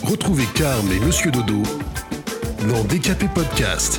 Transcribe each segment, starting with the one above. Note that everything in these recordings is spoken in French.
Retrouvez Carm et Monsieur Dodo dans DKP Podcast.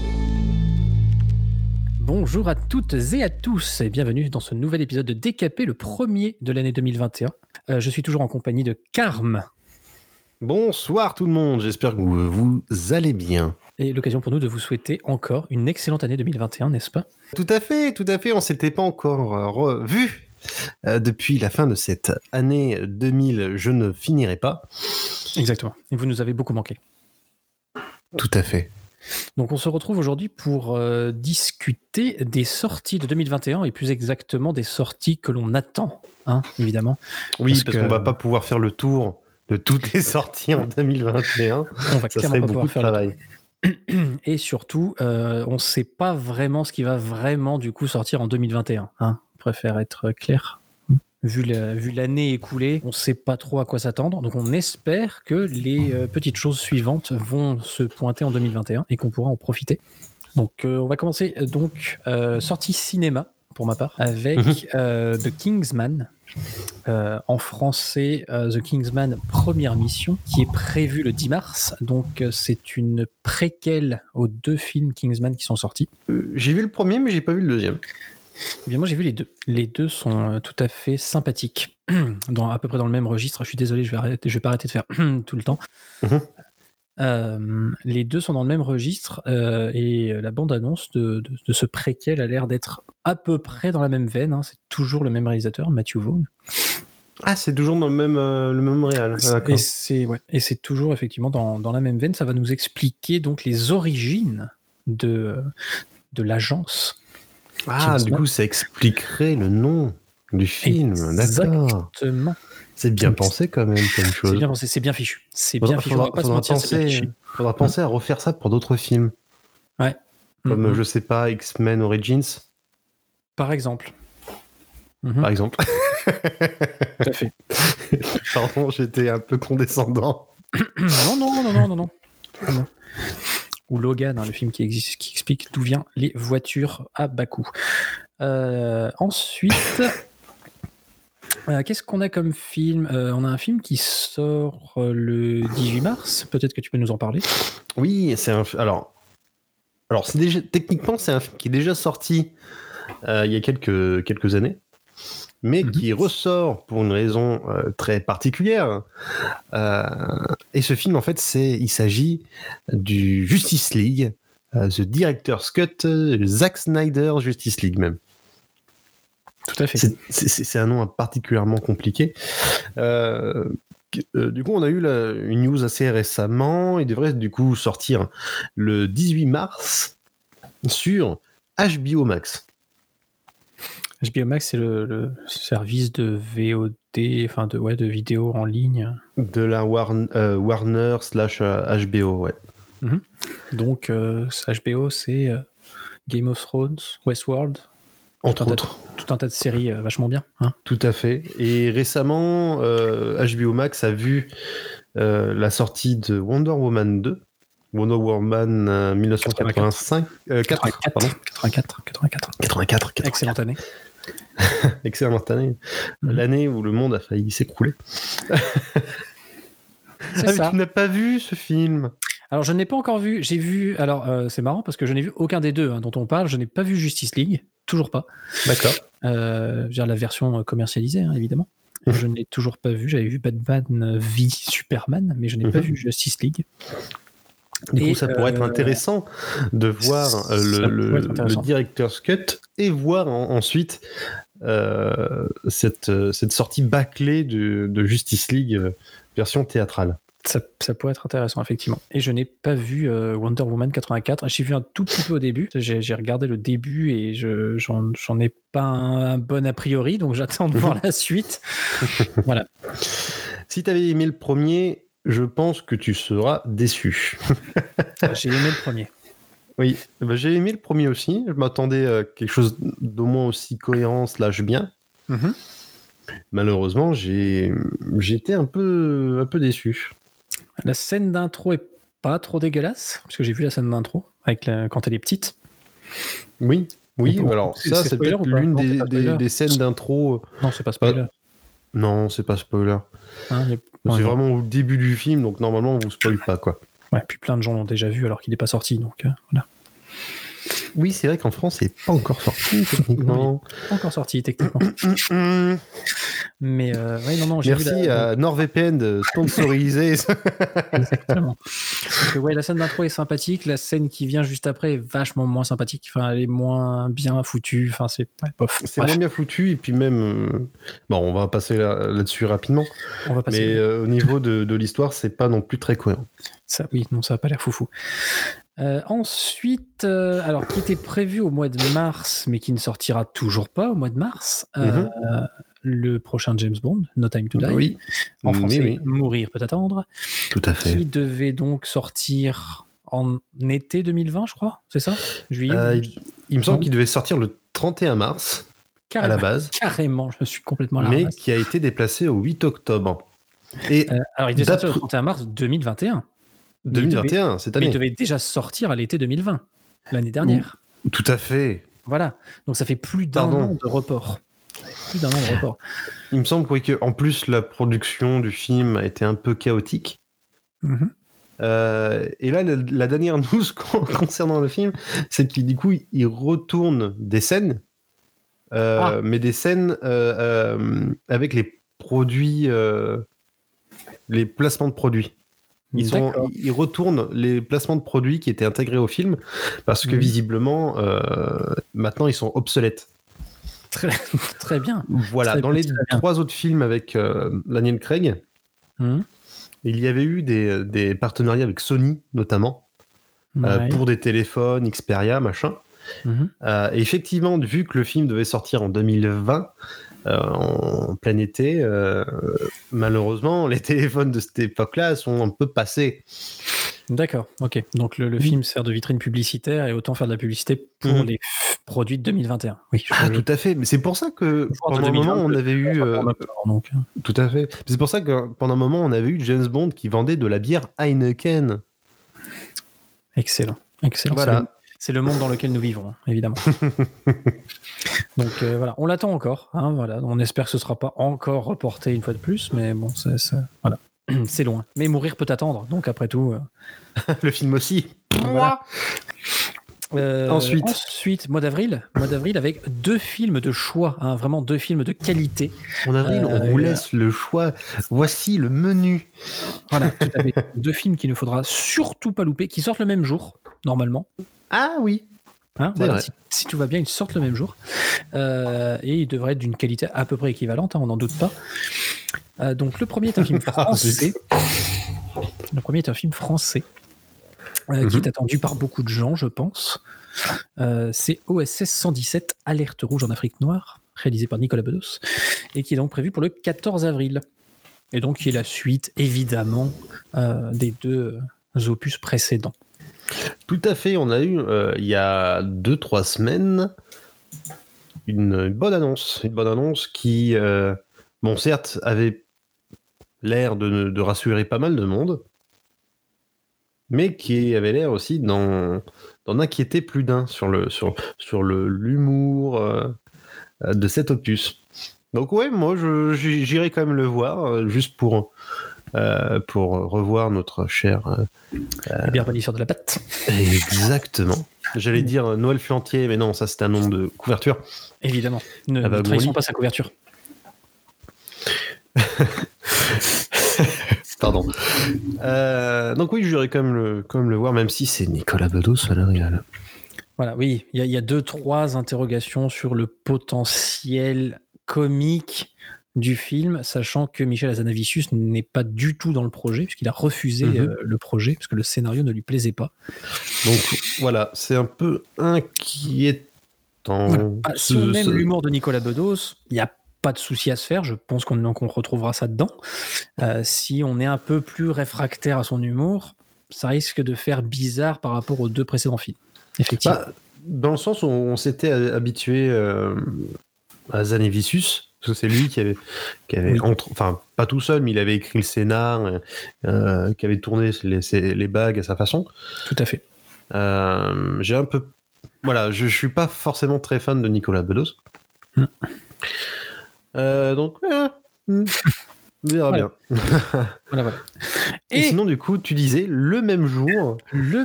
Bonjour à toutes et à tous et bienvenue dans ce nouvel épisode de DKP, le premier de l'année 2021. Je suis toujours en compagnie de Carm. Bonsoir tout le monde, j'espère que vous allez bien. Et l'occasion pour nous de vous souhaiter encore une excellente année 2021, n'est-ce pas ? Tout à fait, on ne s'était pas encore revu depuis la fin de cette année 2000, je ne finirai pas. Exactement, et vous nous avez beaucoup manqué. Tout à fait. Donc on se retrouve aujourd'hui pour discuter des sorties de 2021 et plus exactement des sorties que l'on attend, évidemment. Oui, parce qu'on ne va pas pouvoir faire le tour de toutes les sorties en 2021. On va ça serait beaucoup de travail. Et surtout, on ne sait pas vraiment ce qui va vraiment du coup sortir en 2021. On préfère être clair. Vu l'année écoulée, on ne sait pas trop à quoi s'attendre. Donc on espère que les petites choses suivantes vont se pointer en 2021 et qu'on pourra en profiter. Donc on va commencer sortie cinéma pour ma part avec The Kingsman. En français, The Kingsman Première Mission, qui est prévu le 10 mars. Donc, c'est une préquelle aux deux films Kingsman qui sont sortis. J'ai vu le premier, mais j'ai pas vu le deuxième. Eh bien, moi, j'ai vu les deux. Les deux sont tout à fait sympathiques. À peu près dans le même registre. Je suis désolé, je vais pas arrêter de faire tout le temps. Les deux sont dans le même registre et la bande-annonce de ce préquel a l'air d'être à peu près dans la même veine. C'est toujours le même réalisateur, Matthew Vaughn. Ah, c'est toujours dans le même réal. Et c'est toujours effectivement dans la même veine. Ça va nous expliquer donc les origines de l'agence. Ah, du coup, ça expliquerait le nom du film. D'accord. Exactement. C'est bien pensé quand même comme chose. C'est bien pensé, c'est bien fichu. C'est bien fichu. Faudra penser à refaire ça pour d'autres films. Ouais. Comme, je sais pas, X-Men Origins. Par exemple. Par exemple. Tout à fait. Pardon, j'étais un peu condescendant. Non. Ou Logan, le film qui explique d'où viennent les voitures à bas coût. Ensuite... qu'est-ce qu'on a comme film ? On a un film qui sort le 18 mars. Peut-être que tu peux nous en parler. Oui, alors techniquement, c'est un film qui est déjà sorti il y a quelques années, mais qui ressort pour une raison très particulière. Et ce film, en fait, il s'agit du Justice League, The Director's Cut, Zack Snyder Justice League même. Tout à fait. C'est un nom particulièrement compliqué. Du coup, on a eu une news assez récemment. Il devrait du coup sortir le 18 mars sur HBO Max. HBO Max, c'est le service de VOD, de vidéo en ligne. De la Warner / HBO, ouais. Donc, HBO, c'est Game of Thrones, Westworld. Entre autres. Tout un tas de séries vachement bien. Tout à fait. Et récemment, HBO Max a vu la sortie de Wonder Woman 2. Wonder Woman 1985. 84. Excellente année. Excellente année. L'année où le monde a failli s'écrouler. Ça. Tu n'as pas vu ce film ? Alors, je n'ai pas encore vu. J'ai vu... Alors, c'est marrant parce que je n'ai vu aucun des deux dont on parle. Je n'ai pas vu Justice League. Toujours pas. D'accord. La version commercialisée, évidemment. Je n'ai toujours pas vu. J'avais vu Batman v Superman, mais je n'ai pas vu Justice League. Du coup, ça pourrait être intéressant de voir le Director's Cut et voir ensuite cette sortie bâclée de Justice League version théâtrale. Ça pourrait être intéressant, effectivement. Et je n'ai pas vu Wonder Woman 84. J'ai vu un tout petit peu au début. J'ai regardé le début et j'en ai pas un bon a priori, donc j'attends de voir la suite. Voilà. Si tu avais aimé le premier, je pense que tu seras déçu. J'ai aimé le premier. Oui, j'ai aimé le premier aussi. Je m'attendais à quelque chose d'au moins aussi cohérent / bien. Malheureusement, j'ai été un peu déçu. La scène d'intro est pas trop dégueulasse, parce que j'ai vu la scène d'intro quand elle est petite. Oui. Alors ça, c'est peut-être l'une des scènes d'intro. Non, c'est pas spoiler. Non, c'est pas spoiler. Hein, C'est vraiment au début du film, donc normalement on vous spoil pas, quoi. Ouais, puis plein de gens l'ont déjà vu alors qu'il n'est pas sorti, donc voilà. Oui, c'est vrai qu'en France, c'est pas encore sorti, techniquement. Pas encore sorti, techniquement. Mais ouais, non, j'ai Merci vu à NordVPN de sponsoriser. Exactement. Donc, ouais, la scène d'intro est sympathique, la scène qui vient juste après est vachement moins sympathique. Enfin, elle est moins bien foutue. Enfin, c'est bof. C'est moins bien foutu, et puis même... Bon, on va passer là-dessus rapidement. On va passer. Mais au niveau de l'histoire, c'est pas non plus très cohérent. Ça, oui, non, ça a pas l'air foufou. Ensuite, alors qui était prévu au mois de mars, mais qui ne sortira toujours pas au mois de mars, le prochain James Bond, No Time to Die. Oui. En français, Oui. Mourir peut attendre. Tout à fait. Qui devait donc sortir en été 2020, je crois, c'est ça? Juillet? Il me semble qu'il devait sortir le 31 mars, à la base. Carrément, je me suis complètement mais larmasse. qui a été déplacé au 8 octobre. Et alors, il devait sortir le 31 mars 2021. 2021, cette année. Mais il devait déjà sortir à l'été 2020, l'année dernière. Tout à fait. Voilà. Donc ça fait plus d'un an de report. Il me semble qu'en plus, la production du film a été un peu chaotique. Et là, la dernière news concernant le film, c'est qu'il du coup, il retourne des scènes, mais des scènes avec les produits, les placements de produits. Ils retournent les placements de produits qui étaient intégrés au film parce que visiblement, maintenant, ils sont obsolètes. Très bien. Voilà, dans les 3 autres films avec Daniel Craig, il y avait eu des partenariats avec Sony, notamment, pour des téléphones, Xperia, machin. Et effectivement, vu que le film devait sortir en 2020, en plein été, malheureusement, les téléphones de cette époque-là sont un peu passés. D'accord, ok. Donc le film sert de vitrine publicitaire et autant faire de la publicité pour les produits de 2021. Oui, tout à fait. Mais c'est pour ça que pendant un moment, on avait eu... Tout à fait. C'est pour ça que pendant un moment, on avait eu James Bond qui vendait de la bière Heineken. Excellent. Voilà. C'est le monde dans lequel nous vivons, évidemment. Donc voilà, on l'attend encore. Voilà. On espère que ce ne sera pas encore reporté une fois de plus, mais bon, voilà. C'est loin. Mais mourir peut attendre, donc après tout... Le film aussi. Voilà. Ensuite, mois d'avril avec 2 films de choix, vraiment 2 films de qualité. En avril, on vous laisse le choix. Voici le menu. Voilà, tout à fait. 2 films qu'il ne faudra surtout pas louper, qui sortent le même jour, normalement. Ah oui. Voilà, si tout va bien, ils sortent le même jour. Et ils devraient être d'une qualité à peu près équivalente, on n'en doute pas. Donc le premier est un film français. Qui est attendu par beaucoup de gens, je pense. C'est OSS 117, Alerte rouge en Afrique noire, réalisé par Nicolas Bedos, et qui est donc prévu pour le 14 avril. Et donc qui est la suite, évidemment, des 2 opus précédents. Tout à fait, on a eu, il y a 2-3 semaines, une bonne annonce qui, bon, certes, avait l'air de rassurer pas mal de monde, mais qui avait l'air aussi d'en inquiéter plus d'un sur l'humour de cet opus. Donc ouais, moi j'irai quand même le voir, juste pour revoir notre cher... Le bien bannisseur de la patte. Exactement. J'allais dire Noël Flantier, mais non, ça c'est un nom de couverture. Évidemment. Ne trahissons pas sa couverture. Pardon. Donc oui, j'irai quand même le voir, même si c'est Nicolas Bedos à la réal. Voilà, oui, il y a 2-3 interrogations sur le potentiel comique du film, sachant que Michel Hazanavicius n'est pas du tout dans le projet, puisqu'il a refusé le projet, parce que le scénario ne lui plaisait pas. Donc voilà, c'est un peu inquiétant. Voilà. Si on aime l'humour de Nicolas Bedos, il n'y a pas de souci à se faire, je pense qu'on retrouvera ça dedans. Si on est un peu plus réfractaire à son humour, ça risque de faire bizarre par rapport aux 2 précédents films. Effectivement. Dans le sens où on s'était habitué à Hazanavicius, parce que c'est lui qui avait enfin pas tout seul, mais il avait écrit le scénar, qui avait tourné les bagues à sa façon. Tout à fait. J'ai un peu, voilà, je suis pas forcément très fan de Nicolas Bedos. Donc On verra bien. Voilà. Et sinon, du coup, tu disais le même jour,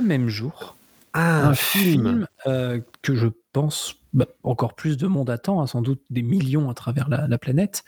un film que je pense encore plus de monde attend, sans doute des millions à travers la planète.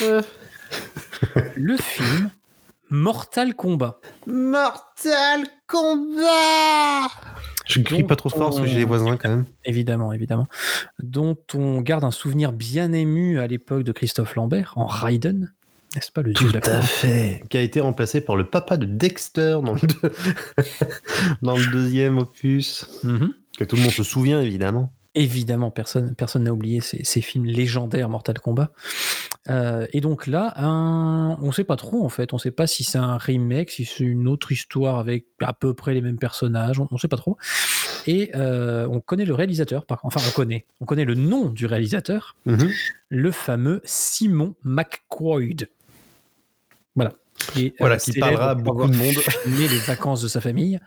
Le film Mortal Kombat. Mortal Kombat. Je crie pas trop fort parce que j'ai les voisins quand même. Évidemment. Dont on garde un souvenir bien ému à l'époque de Christophe Lambert en Raiden. N'est-ce pas le dieu de la Tout à fait. Qui a été remplacé par le papa de Dexter dans le deuxième opus. Que tout le monde se souvient, évidemment. Évidemment, personne n'a oublié ces films légendaires Mortal Kombat. Et donc là, on ne sait pas trop en fait. On ne sait pas si c'est un remake, si c'est une autre histoire avec à peu près les mêmes personnages. On ne sait pas trop. Et on connaît le réalisateur. Enfin, on connaît le nom du réalisateur, le fameux Simon McQuoid. Voilà. Et, qui parlera à beaucoup de monde. Filmer les vacances de sa famille.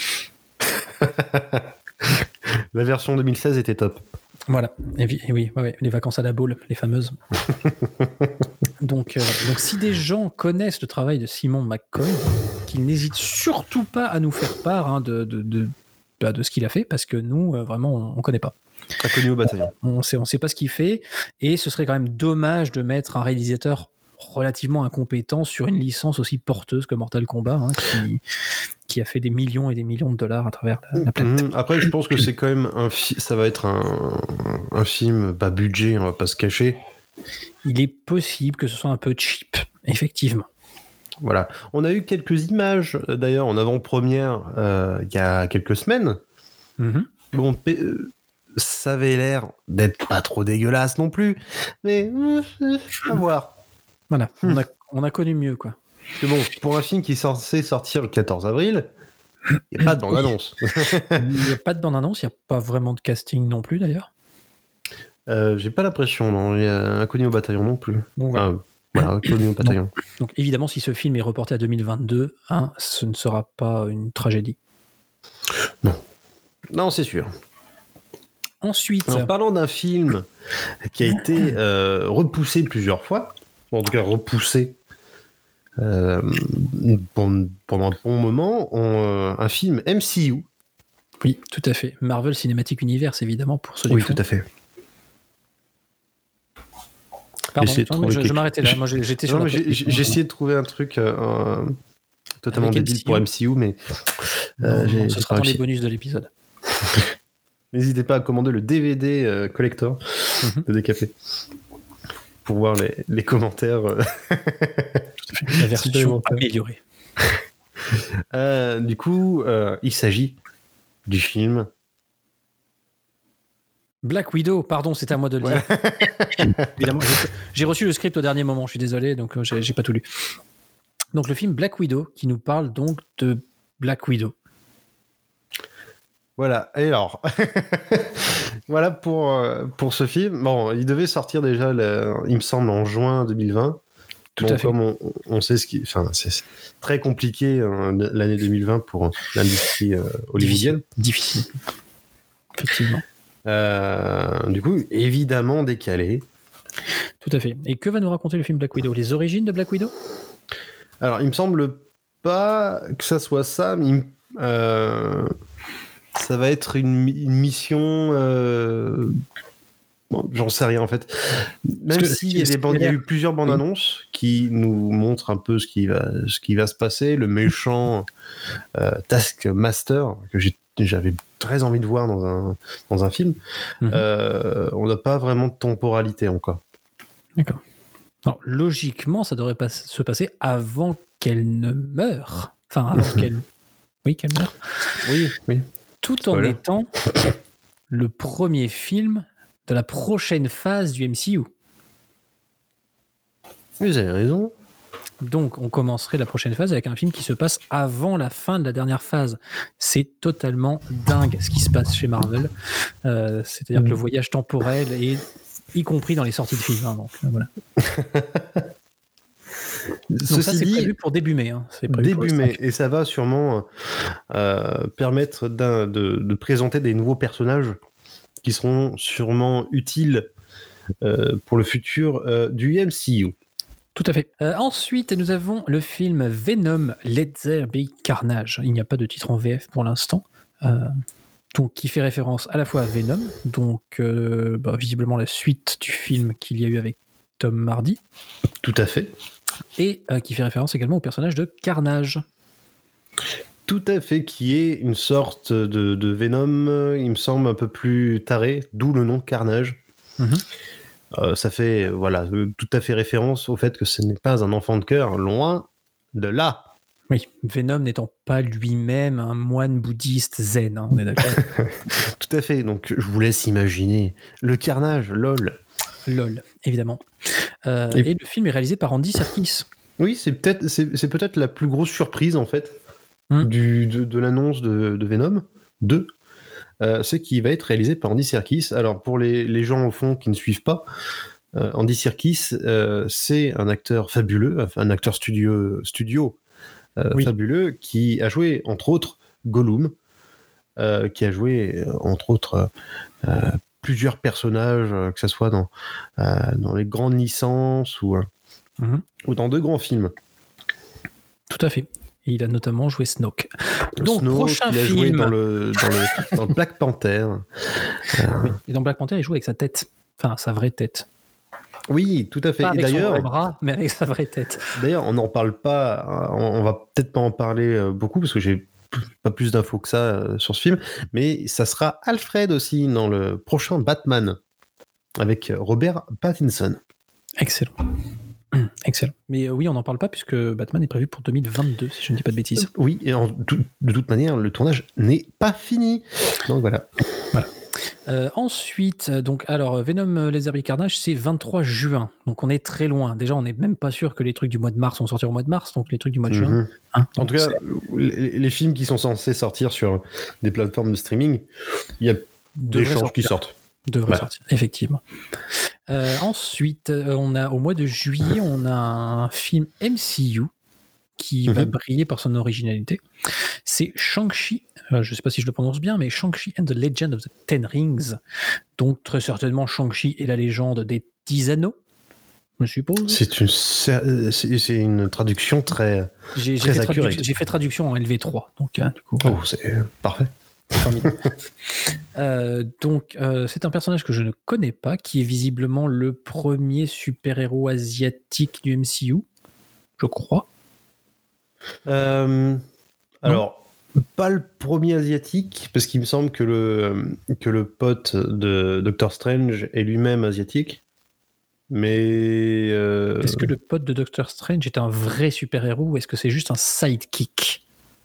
La version 2016 était top. Voilà, et oui, les vacances à la boule, les fameuses. Donc, si des gens connaissent le travail de Simon McQuoid, qu'ils n'hésitent surtout pas à nous faire part de ce qu'il a fait, parce que nous, vraiment, on ne connaît pas. Inconnu au bataillon. On sait pas ce qu'il fait, et ce serait quand même dommage de mettre un réalisateur relativement incompétent sur une licence aussi porteuse que Mortal Kombat, qui a fait des millions et des millions de dollars à travers la planète. Après, je pense que c'est quand même ça va être un film bas budget, on va pas se cacher. Il est possible que ce soit un peu cheap, effectivement. Voilà. On a eu quelques images, d'ailleurs, en avant-première, il y a quelques semaines. Bon, ça avait l'air d'être pas trop dégueulasse non plus, mais à voir. Voilà, on a connu mieux, quoi. C'est bon, pour un film qui est censé sortir le 14 avril, il n'y a pas de bande-annonce. Il n'y a pas de bande-annonce, il n'y a pas vraiment de casting non plus, d'ailleurs. J'ai pas l'impression, non. Il y a Inconnu au bataillon non plus. Bon, voilà. Inconnu au bataillon. Donc, évidemment, si ce film est reporté à 2022, ce ne sera pas une tragédie. Non, c'est sûr. Ensuite... En parlant d'un film qui a été repoussé plusieurs fois, en tout cas repoussé pendant un bon moment, un film MCU. Oui, tout à fait. Marvel Cinematic Universe, évidemment, pour ceux Oui, tout à fait. Pardon, je m'arrêtais là. Moi, j'étais sur j'ai essayé de trouver un truc totalement débile pour MCU, mais ce sera dans les bonus de l'épisode. N'hésitez pas à commander le DVD collector de DKP pour voir les commentaires. La version améliorée. Du coup, il s'agit du film Black Widow, pardon, c'est à moi de le dire. Évidemment, j'ai reçu le script au dernier moment, je suis désolé, donc j'ai pas tout lu. Donc le film Black Widow, qui nous parle donc de Black Widow. Voilà, et alors, voilà pour ce film. Bon, il devait sortir déjà, il me semble, en juin 2020. Tout à fait. Comme on sait c'est très compliqué l'année 2020 pour l'industrie hollywoodienne. Difficile. Effectivement. Du coup, évidemment décalé. Tout à fait. Et que va nous raconter le film Black Widow ? Les origines de Black Widow ? Alors, il me semble pas que ça soit ça, mais ça va être une mission... Bon, j'en sais rien en fait. Même s'il y a eu plusieurs bandes annonces qui nous montrent un peu ce qui va se passer, le méchant Taskmaster que j'avais très envie de voir dans un film, on n'a pas vraiment de temporalité encore. D'accord. Alors, logiquement, ça devrait se passer avant qu'elle ne meure. Enfin, avant qu'elle... Oui, qu'elle meure. Oui. Tout en étant le premier film de la prochaine phase du MCU. Vous avez raison. Donc, on commencerait la prochaine phase avec un film qui se passe avant la fin de la dernière phase. C'est totalement dingue ce qui se passe chez Marvel. C'est-à-dire que le voyage temporel est y compris dans les sorties de films. Donc, voilà. Donc ça, c'est prévu pour début mai. Début mai, et ça va sûrement permettre de présenter des nouveaux personnages qui seront sûrement utiles pour le futur du MCU. Tout à fait. Ensuite, nous avons le film Venom, Let There Be Carnage. Il n'y a pas de titre en VF pour l'instant. Donc, qui fait référence à la fois à Venom, donc visiblement la suite du film qu'il y a eu avec Tom Hardy. Tout à fait. Et qui fait référence également au personnage de Carnage. Tout à fait, qui est une sorte de Venom, il me semble, un peu plus taré, d'où le nom Carnage. Ça fait tout à fait référence au fait que ce n'est pas un enfant de cœur, loin de là. Oui, Venom n'étant pas lui-même un moine bouddhiste zen, hein, on est d'accord. Tout à fait, donc je vous laisse imaginer le Carnage, lol. Lol, évidemment. Et le film est réalisé par Andy Serkis. Oui, c'est peut-être la plus grosse surprise en fait de l'annonce de Venom 2. C'est qu'il va être réalisé par Andy Serkis. Alors pour les gens au fond qui ne suivent pas, Andy Serkis, c'est un acteur fabuleux, enfin, un acteur studio fabuleux qui a joué entre autres Gollum, qui a joué entre autres plusieurs personnages, que ce soit dans les grandes licences ou dans de grands films. Tout à fait. Et il a notamment joué Snoke. Donc, Snoke, prochain il a film. joué dans le Black Panther. Oui. Et dans Black Panther, il joue avec sa tête. Enfin, sa vraie tête. Oui, tout à fait. Pas avec et d'ailleurs, son bras, mais avec sa vraie tête. D'ailleurs, on n'en parle pas, on va peut-être pas en parler beaucoup parce que j'ai pas plus d'infos que ça sur ce film, mais ça sera Alfred aussi dans le prochain Batman avec Robert Pattinson. Excellent. Excellent. Mais oui, on n'en parle pas puisque Batman est prévu pour 2022, si je ne dis pas de bêtises. Oui, et de toute manière, le tournage n'est pas fini. Donc voilà. Ensuite, Venom Let There Be Carnage, c'est 23 juin. Donc on est très loin. Déjà, on n'est même pas sûr que les trucs du mois de mars vont sortir au mois de mars, donc les trucs du mois de juin. En tout cas, les films qui sont censés sortir sur des plateformes de streaming, il y a des chances qui sortent. Devrait sortir, effectivement. Ensuite, on a au mois de juillet, on a un film MCU qui va briller par son originalité. C'est Shang-Chi, je ne sais pas si je le prononce bien, mais Shang-Chi and the Legend of the Ten Rings. Donc très certainement Shang-Chi et la légende des 10 anneaux, je suppose. C'est une traduction très accurate. J'ai fait traduction en LV3, donc du coup. Oh, c'est parfait. C'est un personnage que je ne connais pas, qui est visiblement le premier super-héros asiatique du MCU, je crois. Alors, pas le premier asiatique, parce qu'il me semble que le pote de Doctor Strange est lui-même asiatique. Mais est-ce que le pote de Doctor Strange est un vrai super-héros ou est-ce que c'est juste un sidekick ?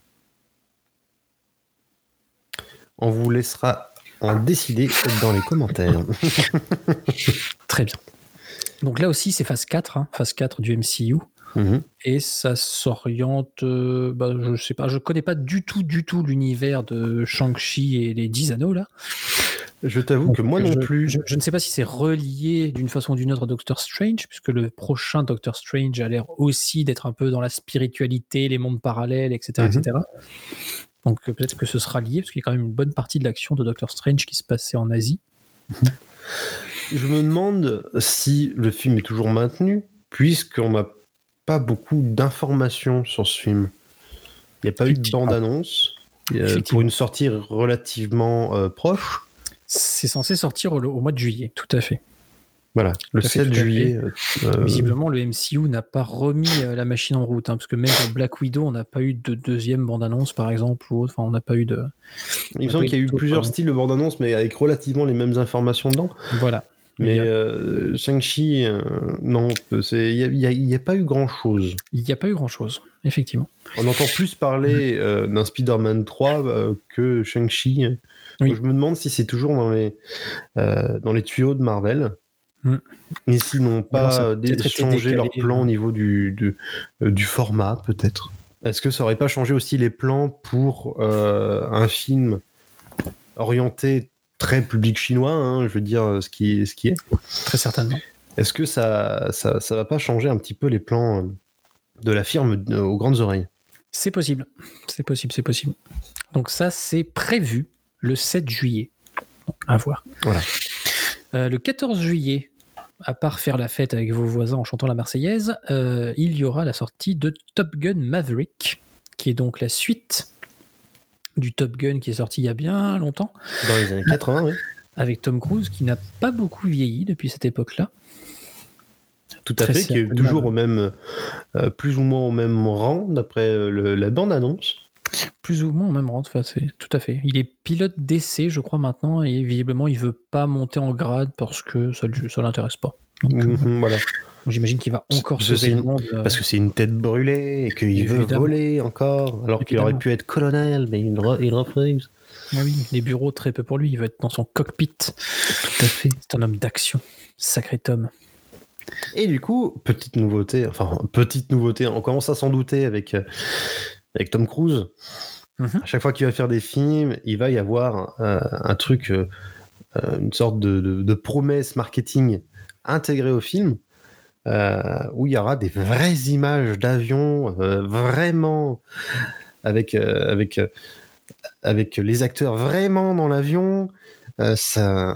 On vous laissera en décider dans les commentaires. Très bien. Donc là aussi, c'est phase 4, phase 4 du MCU. Et ça s'oriente, je sais pas, je connais pas du tout l'univers de Shang-Chi et les 10 anneaux là. Je t'avoue que moi non plus. Je ne sais pas si c'est relié d'une façon ou d'une autre à Doctor Strange, puisque le prochain Doctor Strange a l'air aussi d'être un peu dans la spiritualité, les mondes parallèles, etc. etc. Donc peut-être que ce sera lié, parce qu'il y a quand même une bonne partie de l'action de Doctor Strange qui se passait en Asie. Je me demande si le film est toujours maintenu, puisqu'on n'a pas beaucoup d'informations sur ce film. Il n'y a pas eu de bande-annonce pour une sortie relativement proche. C'est censé sortir au mois de juillet, tout à fait. Voilà, le 7 juillet. Visiblement, le MCU n'a pas remis la machine en route, parce que même pour Black Widow, on n'a pas eu de deuxième bande-annonce, par exemple, ou autre. Enfin, on n'a pas eu de. Il me semble qu'il y a eu plusieurs styles de bande-annonce, mais avec relativement les mêmes informations dedans. Voilà. Mais Shang-Chi, non, il n'y a pas eu grand-chose. Il n'y a pas eu grand-chose, effectivement. On entend plus parler d'un Spider-Man 3 que Shang-Chi. Oui. Je me demande si c'est toujours dans les tuyaux de Marvel. Et s'ils n'ont pas changé leur plan au niveau du format, peut-être. Est-ce que ça n'aurait pas changé aussi les plans pour un film orienté très public chinois, je veux dire ce qui est. Très certainement. Est-ce que ça va pas changer un petit peu les plans de la firme aux grandes oreilles ? C'est possible. Donc ça, c'est prévu le 7 juillet. Donc, à voir. Voilà. Le 14 juillet, à part faire la fête avec vos voisins en chantant la Marseillaise, il y aura la sortie de Top Gun Maverick, qui est donc la suite du Top Gun qui est sorti il y a bien longtemps. Dans les années 80, oui. Avec Tom Cruise, qui n'a pas beaucoup vieilli depuis cette époque-là. Tout à fait, qui est toujours au même, plus ou moins au même rang, d'après la bande-annonce. Plus ou moins au même rang, c'est tout à fait. Il est pilote d'essai, je crois, maintenant, et visiblement, il veut pas monter en grade parce que ça l'intéresse pas. Donc, voilà. J'imagine qu'il va encore sauver le monde. Parce que c'est une tête brûlée et qu'il veut voler encore, alors qu'il aurait pu être colonel, mais il refuse. Ah oui, les bureaux, très peu pour lui. Il veut être dans son cockpit. Tout à fait. C'est un homme d'action. Sacré Tom. Et du coup, petite nouveauté, on commence à s'en douter avec Tom Cruise. À chaque fois qu'il va faire des films, il va y avoir un truc, une sorte de promesse marketing intégrée au film, où il y aura des vraies images d'avions, vraiment avec les acteurs vraiment dans l'avion. Ça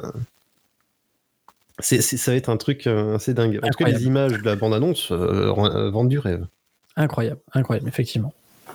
va être un truc assez dingue. En tout cas, les images de la bande-annonce vendent du rêve. Incroyable, effectivement.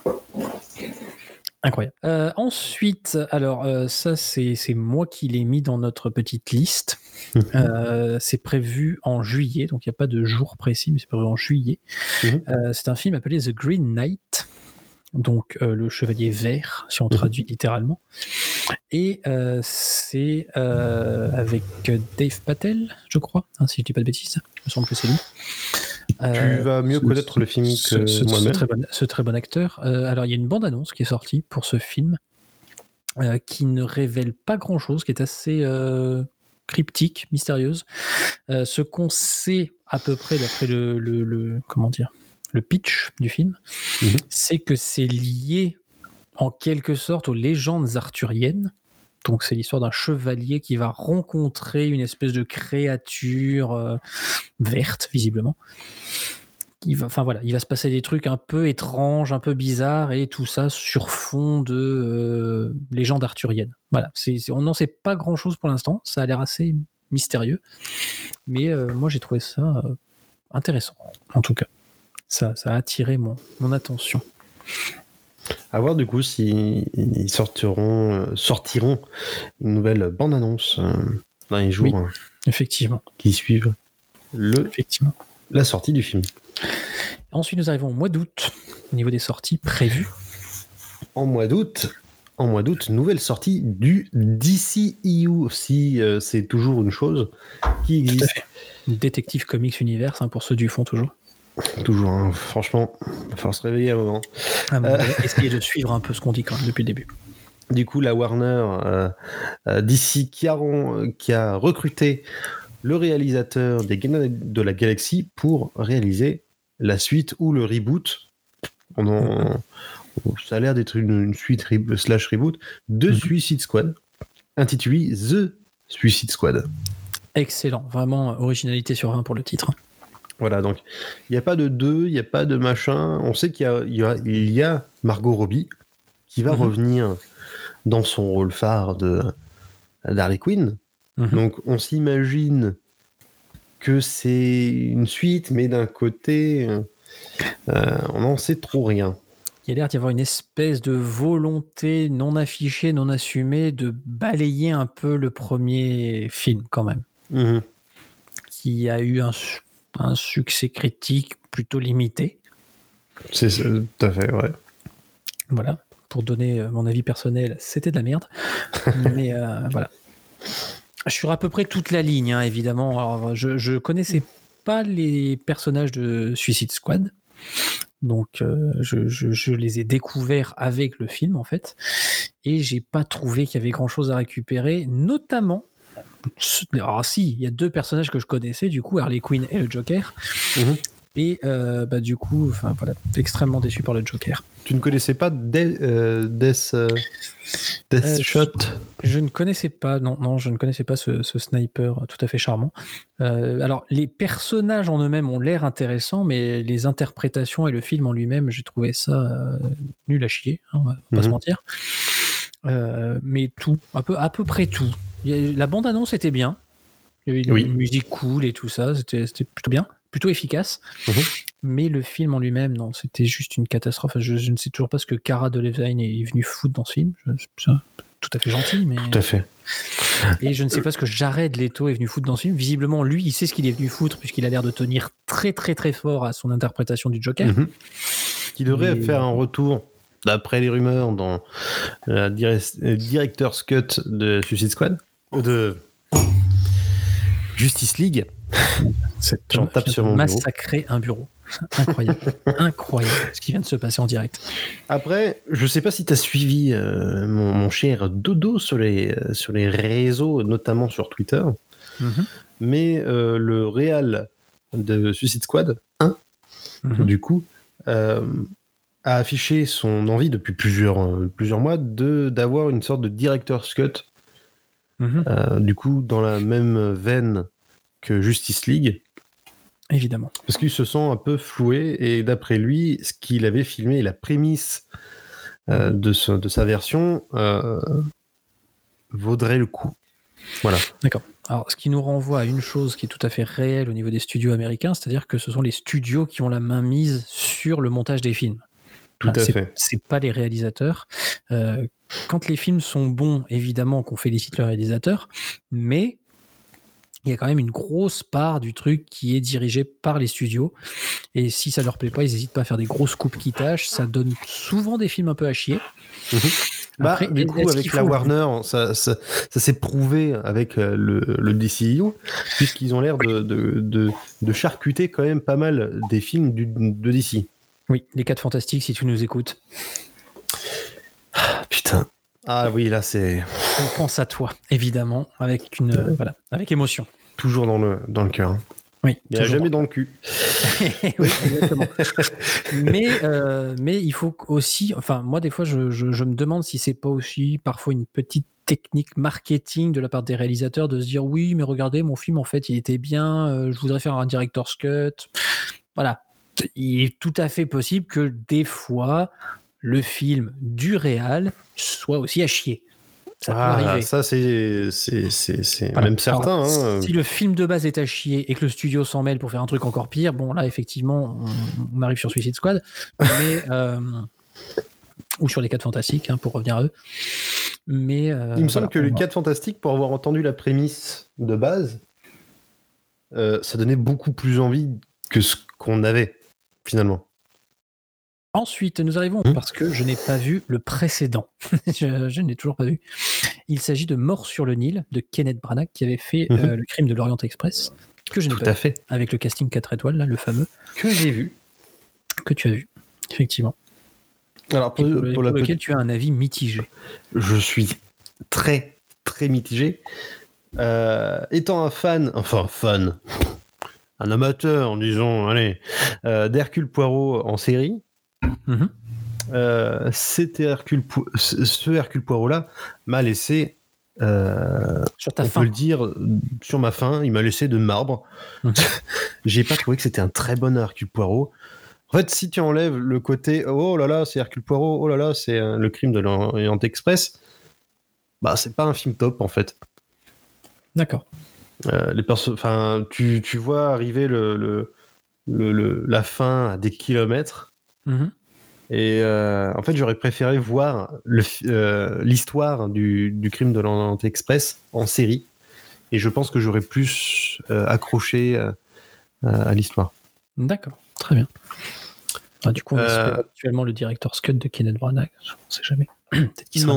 Incroyable. Ensuite, alors ça c'est moi qui l'ai mis dans notre petite liste. C'est prévu en juillet, donc il n'y a pas de jour précis, mais c'est prévu en juillet. C'est un film appelé The Green Knight, donc le chevalier vert, si on traduit littéralement. Et c'est avec Dave Patel, je crois, si je ne dis pas de bêtises. Il me semble que c'est lui. Tu vas mieux connaître le film que moi-même. Ce très bon acteur. Alors, il y a une bande-annonce qui est sortie pour ce film qui ne révèle pas grand-chose, qui est assez cryptique, mystérieuse. Ce qu'on sait à peu près d'après le pitch du film, c'est que c'est lié en quelque sorte aux légendes arthuriennes. Donc c'est l'histoire d'un chevalier qui va rencontrer une espèce de créature verte, visiblement. Il va se passer des trucs un peu étranges, un peu bizarres, et tout ça sur fond de légendes arthuriennes. Voilà, on n'en sait pas grand-chose pour l'instant, ça a l'air assez mystérieux, mais moi j'ai trouvé ça intéressant, en tout cas. Ça a attiré mon attention. À voir du coup s'ils sortiront une nouvelle bande-annonce dans les jours effectivement. Qui suivent la sortie du film. Ensuite, nous arrivons au mois d'août, au niveau des sorties prévues. En mois d'août, nouvelle sortie du DCEU, si c'est toujours une chose qui existe. Tout à fait. Détective Comics Universe, pour ceux du fond toujours. Toujours, franchement, il va falloir se réveiller à un moment. Essayer de suivre un peu ce qu'on dit quand même depuis le début. Du coup, la Warner DC qui a recruté le réalisateur des Gardiens de la Galaxie pour réaliser la suite ou le reboot. Ça a l'air d'être une suite slash reboot de Suicide Squad, intitulé The Suicide Squad. Excellent, vraiment originalité sur 20 pour le titre. Voilà, donc il n'y a pas de 2, il n'y a pas de machin. On sait qu'il y a Margot Robbie qui va revenir dans son rôle phare d'Harley Quinn. Donc on s'imagine que c'est une suite, mais d'un côté, on n'en sait trop rien. Il y a l'air d'y avoir une espèce de volonté non affichée, non assumée de balayer un peu le premier film quand même. Qui a eu un succès critique plutôt limité. C'est ça, tout à fait, ouais. Voilà, pour donner mon avis personnel, c'était de la merde. Mais voilà. Sur à peu près toute la ligne, évidemment. Alors, je connaissais pas les personnages de Suicide Squad. Donc, je les ai découverts avec le film, en fait. Et j'ai pas trouvé qu'il y avait grand-chose à récupérer, notamment... Alors si, il y a 2 personnages que je connaissais, du coup, Harley Quinn et le Joker. Et du coup, extrêmement déçu par le Joker. Tu ne connaissais pas Deathshot? Je ne connaissais pas, non, je ne connaissais pas ce sniper tout à fait charmant. Alors, les personnages en eux-mêmes ont l'air intéressants, mais les interprétations et le film en lui-même, j'ai trouvé ça nul à chier, on va pas se mentir. Mais tout, à peu près tout. La bande-annonce était bien. Il y avait une musique cool et tout ça. C'était plutôt bien, plutôt efficace. Mais le film en lui-même, non, c'était juste une catastrophe. Je ne sais toujours pas ce que Cara Delevingne est venue foutre dans ce film. C'est tout à fait gentil, mais... Tout à fait. Et je ne sais pas ce que Jared Leto est venu foutre dans ce film. Visiblement, lui, il sait ce qu'il est venu foutre, puisqu'il a l'air de tenir très, très, très fort à son interprétation du Joker. Qui devrait faire un retour, d'après les rumeurs, dans la Director's Cut de Suicide Squad, de Justice League. J'en tape sur mon bureau. Massacrer un bureau. Incroyable. Incroyable ce qui vient de se passer en direct. Après, je sais pas si tu as suivi mon cher Dodo sur les réseaux, notamment sur Twitter, mais le réal de Suicide Squad 1, du coup, a affiché son envie depuis plusieurs mois d'avoir une sorte de director's cut, du coup, dans la même veine que Justice League. Évidemment. Parce qu'il se sent un peu floué, et d'après lui, ce qu'il avait filmé, la prémisse de sa version, vaudrait le coup. Voilà. D'accord. Alors, ce qui nous renvoie à une chose qui est tout à fait réelle au niveau des studios américains, c'est-à-dire que ce sont les studios qui ont la main mise sur le montage des films. Tout à fait. C'est pas les réalisateurs. Quand les films sont bons, évidemment qu'on félicite le réalisateur, mais il y a quand même une grosse part du truc qui est dirigée par les studios. Et si ça leur plaît pas, ils n'hésitent pas à faire des grosses coupes qui tâchent. Ça donne souvent des films un peu à chier. Après, du coup, avec la Warner, ça s'est prouvé avec le DCU, puisqu'ils ont l'air de charcuter quand même pas mal des films de DC. Oui, les 4 Fantastiques, si tu nous écoutes. Ah, putain. Ah oui, là c'est... On pense à toi, évidemment, avec avec émotion. Toujours dans le cœur. Oui. Il n'y a jamais dans le cul. Oui, exactement. mais il faut aussi... Enfin, moi, des fois, je me demande si c'est pas aussi parfois une petite technique marketing de la part des réalisateurs de se dire « Oui, mais regardez, mon film, en fait, il était bien. Je voudrais faire un director's cut. » Voilà. Il est tout à fait possible que des fois... le film du réal soit aussi à chier. Ça peut arriver. Ça, c'est voilà. Même certain. Alors, si le film de base est à chier et que le studio s'en mêle pour faire un truc encore pire, bon, là, effectivement, on arrive sur Suicide Squad. Mais, ou sur les 4 Fantastiques, pour revenir à eux. Mais, il me semble que les 4 Fantastiques, pour avoir entendu la prémisse de base, ça donnait beaucoup plus envie que ce qu'on avait, finalement. Ensuite, nous arrivons, parce que je n'ai pas vu le précédent. je n'ai toujours pas vu. Il s'agit de Mort sur le Nil, de Kenneth Branagh, qui avait fait Le Crime de l'Orient Express, que je n'ai pas vu, avec le casting 4 étoiles, là, le fameux. Que j'ai vu. Que tu as vu, effectivement. Alors, pour lequel tu as un avis mitigé. Je suis très, très mitigé. Étant un amateur, disons, allez, d'Hercule Poirot en série, c'était ce Hercule Poirot-là m'a laissé, sur ta on faim. peut le dire, sur ma faim, il m'a laissé de marbre. J'ai pas trouvé que c'était un très bon Hercule Poirot. En fait, si tu enlèves le côté oh là là, c'est Hercule Poirot, oh là là, c'est le crime de l'Orient Express, bah c'est pas un film top en fait. D'accord. Tu vois arriver la fin à des kilomètres. Et en fait, j'aurais préféré voir l'histoire du crime de l'Orient Express en série. Et je pense que j'aurais plus accroché à l'histoire. D'accord, très bien. Du coup, on espère actuellement le director's cut de Kenneth Branagh. On ne sait jamais. Peut-être qu'il sera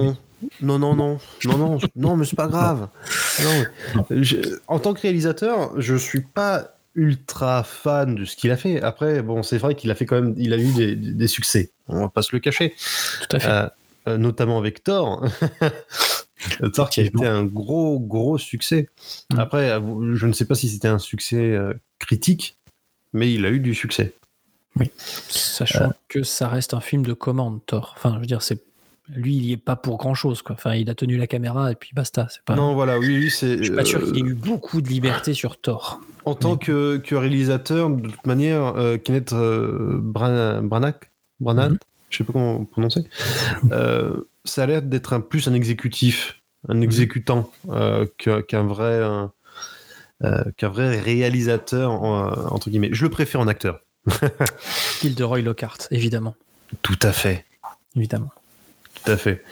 Non, mais c'est pas grave. En tant que réalisateur, je suis pas ultra fan de ce qu'il a fait. Après, bon, c'est vrai qu'il a fait quand même, il a eu des succès. On va pas se le cacher. Tout à fait. Notamment avec Thor. Thor qui a été un gros succès. Après, je ne sais pas si c'était un succès critique, mais il a eu du succès. Oui, sachant que ça reste un film de commande, Thor. Enfin, je veux dire, lui, il n'y est pas pour grand-chose, quoi. Enfin, il a tenu la caméra et puis basta. C'est pas... Non, voilà, oui, c'est... Je suis pas sûr qu'il ait eu beaucoup de liberté sur Thor. En tant que réalisateur, de toute manière, Kenneth Branagh, je sais pas comment prononcer, ça a l'air d'être plus un exécutif, un exécutant qu'un vrai qu'un vrai réalisateur, entre guillemets. Je le préfère en acteur. Gilderoy Lockhart, évidemment. Tout à fait. Évidemment. Tout à fait.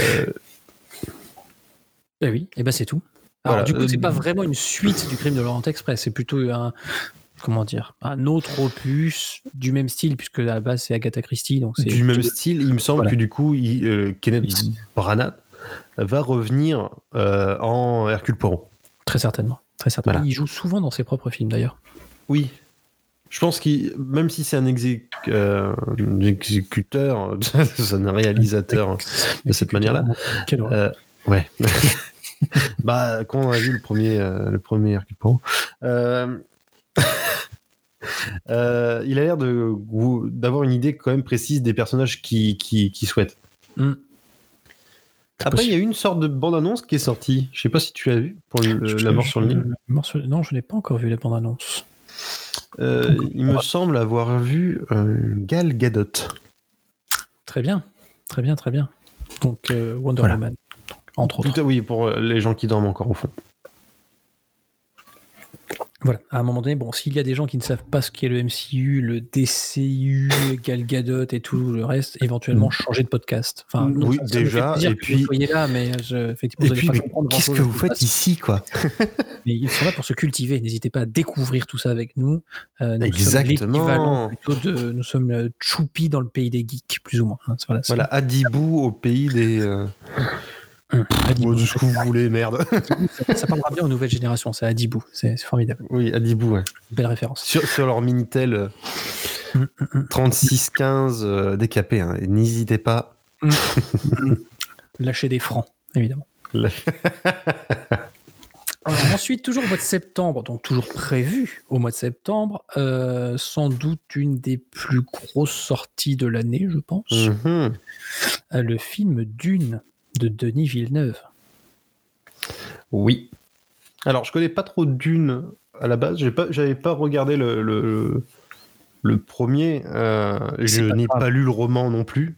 Eh oui, et ben c'est tout. Alors Voilà, du coup, c'est pas vraiment une suite du Crime de l'Orient Express, c'est plutôt un autre opus du même style, puisque à la base c'est Agatha Christie, donc c'est du même style. Il me semble que du coup, Kenneth Il- Branagh va revenir en Hercule Poirot. très certainement. Très certainement. Voilà. Il joue souvent dans ses propres films d'ailleurs. Oui. Je pense qu'il, même si c'est un exécuteur, c'est un réalisateur de cette manière-là. Quelle horreur. Ouais. Bah, quand on a vu le premier Hercule Poirot, il a l'air d'avoir une idée quand même précise des personnages qu'il souhaite. Mm. Après, il y a eu une sorte de bande-annonce qui est sortie. Je sais pas si tu l'as vu pour La mort sur le Nil. Non, je n'ai pas encore vu la bande-annonce. Il me semble avoir vu Gal Gadot. Très bien. Très bien, très bien. Donc Wonder Woman, entre autres. Oui, pour les gens qui dorment encore au fond. Voilà, à un moment donné, bon, s'il y a des gens qui ne savent pas ce qu'est le MCU, le DCU, Gal Gadot et tout le reste, éventuellement changer de podcast. Enfin, non, oui, ça me fait plaisir et que puis vous soyez là, mais effectivement, vous et puis, allez pas comprendre qu'est-ce grand-chose que à vous ce qui se faites passe. ici, quoi? Mais ils sont là pour se cultiver. N'hésitez pas à découvrir tout ça avec nous. Nous Exactement. sommes l'équivalent plutôt de. Nous sommes Choupi dans le pays des geeks, plus ou moins. Hein, Voilà, Adibou au pays des. Adibou. De ce que vous voulez, merde. Ça parlera bien aux nouvelles générations, c'est Adibou. C'est formidable. Oui, Adibou, ouais. Belle référence. Sur leur Minitel 3615 décapé, hein. Et n'hésitez pas. Lâcher des francs, évidemment. Alors, ensuite, toujours au mois de septembre, donc toujours prévu au mois de septembre, sans doute une des plus grosses sorties de l'année, je pense. Le film Dune de Denis Villeneuve. Oui. Alors, je connais pas trop Dune à la base. J'avais pas regardé le premier. Je n'ai pas lu le roman non plus.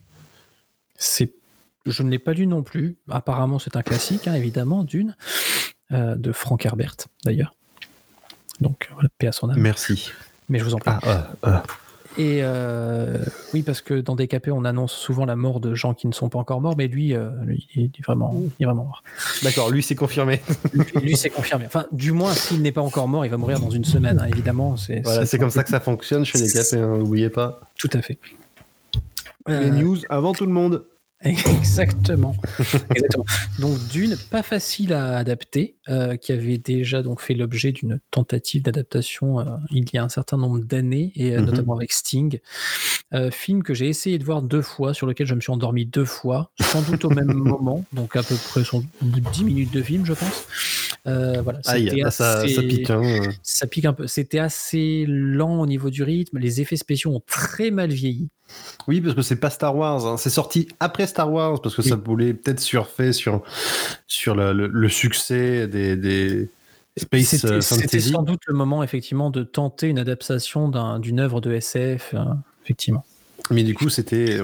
Je ne l'ai pas lu non plus. Apparemment, c'est un classique, hein, évidemment, Dune, de Frank Herbert, d'ailleurs. Donc, voilà, paix à son âme. Merci. Mais je vous en prie. Et oui, parce que dans DKP, on annonce souvent la mort de gens qui ne sont pas encore morts, mais lui, il est vraiment mort. D'accord, lui, c'est confirmé. lui, c'est confirmé. Enfin, du moins, s'il n'est pas encore mort, il va mourir dans une semaine, hein, évidemment. C'est comme ça que ça fonctionne chez DKP, hein, n'oubliez pas. Tout à fait. Les news avant tout le monde. Exactement. Donc Dune, pas facile à adapter, qui avait déjà donc fait l'objet d'une tentative d'adaptation il y a un certain nombre d'années, et notamment avec Sting. Film que j'ai essayé de voir 2 fois, sur lequel je me suis endormi 2 fois, sans doute au même moment, donc à peu près 10 minutes de film, je pense. Voilà, ça pique. Hein. Ça pique un peu. C'était assez lent au niveau du rythme. Les effets spéciaux ont très mal vieilli. Oui, parce que c'est pas Star Wars. Hein. C'est sorti après Star Wars, parce que ça voulait peut-être surfer sur le succès des Space Fantasy. C'était sans doute le moment, effectivement, de tenter une adaptation d'une œuvre de SF, effectivement. Mais du coup, c'était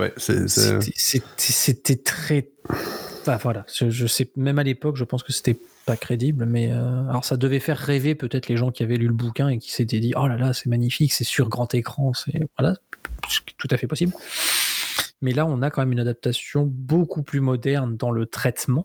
très... Enfin, voilà, je sais, même à l'époque, je pense que c'était pas crédible, mais alors ça devait faire rêver peut-être les gens qui avaient lu le bouquin et qui s'étaient dit « Oh là là, c'est magnifique, c'est sur grand écran, c'est... » Voilà, tout à fait possible. Mais là, on a quand même une adaptation beaucoup plus moderne dans le traitement.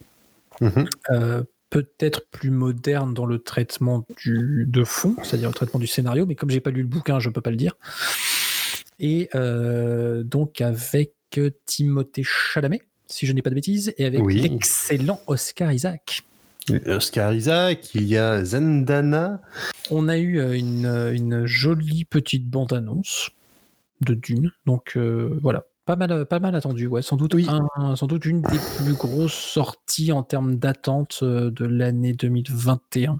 Peut-être plus moderne dans le traitement de fond, c'est-à-dire le traitement du scénario, mais comme j'ai pas lu le bouquin, je peux pas le dire. Et donc avec Timothée Chalamet, si je n'ai pas de bêtises, et avec l'excellent Oscar Isaac. Oscar Isaac, il y a Zendana. On a eu une jolie petite bande-annonce de Dune, donc voilà. Pas mal attendu, ouais. Sans doute une des plus grosses sorties en termes d'attente de l'année 2021.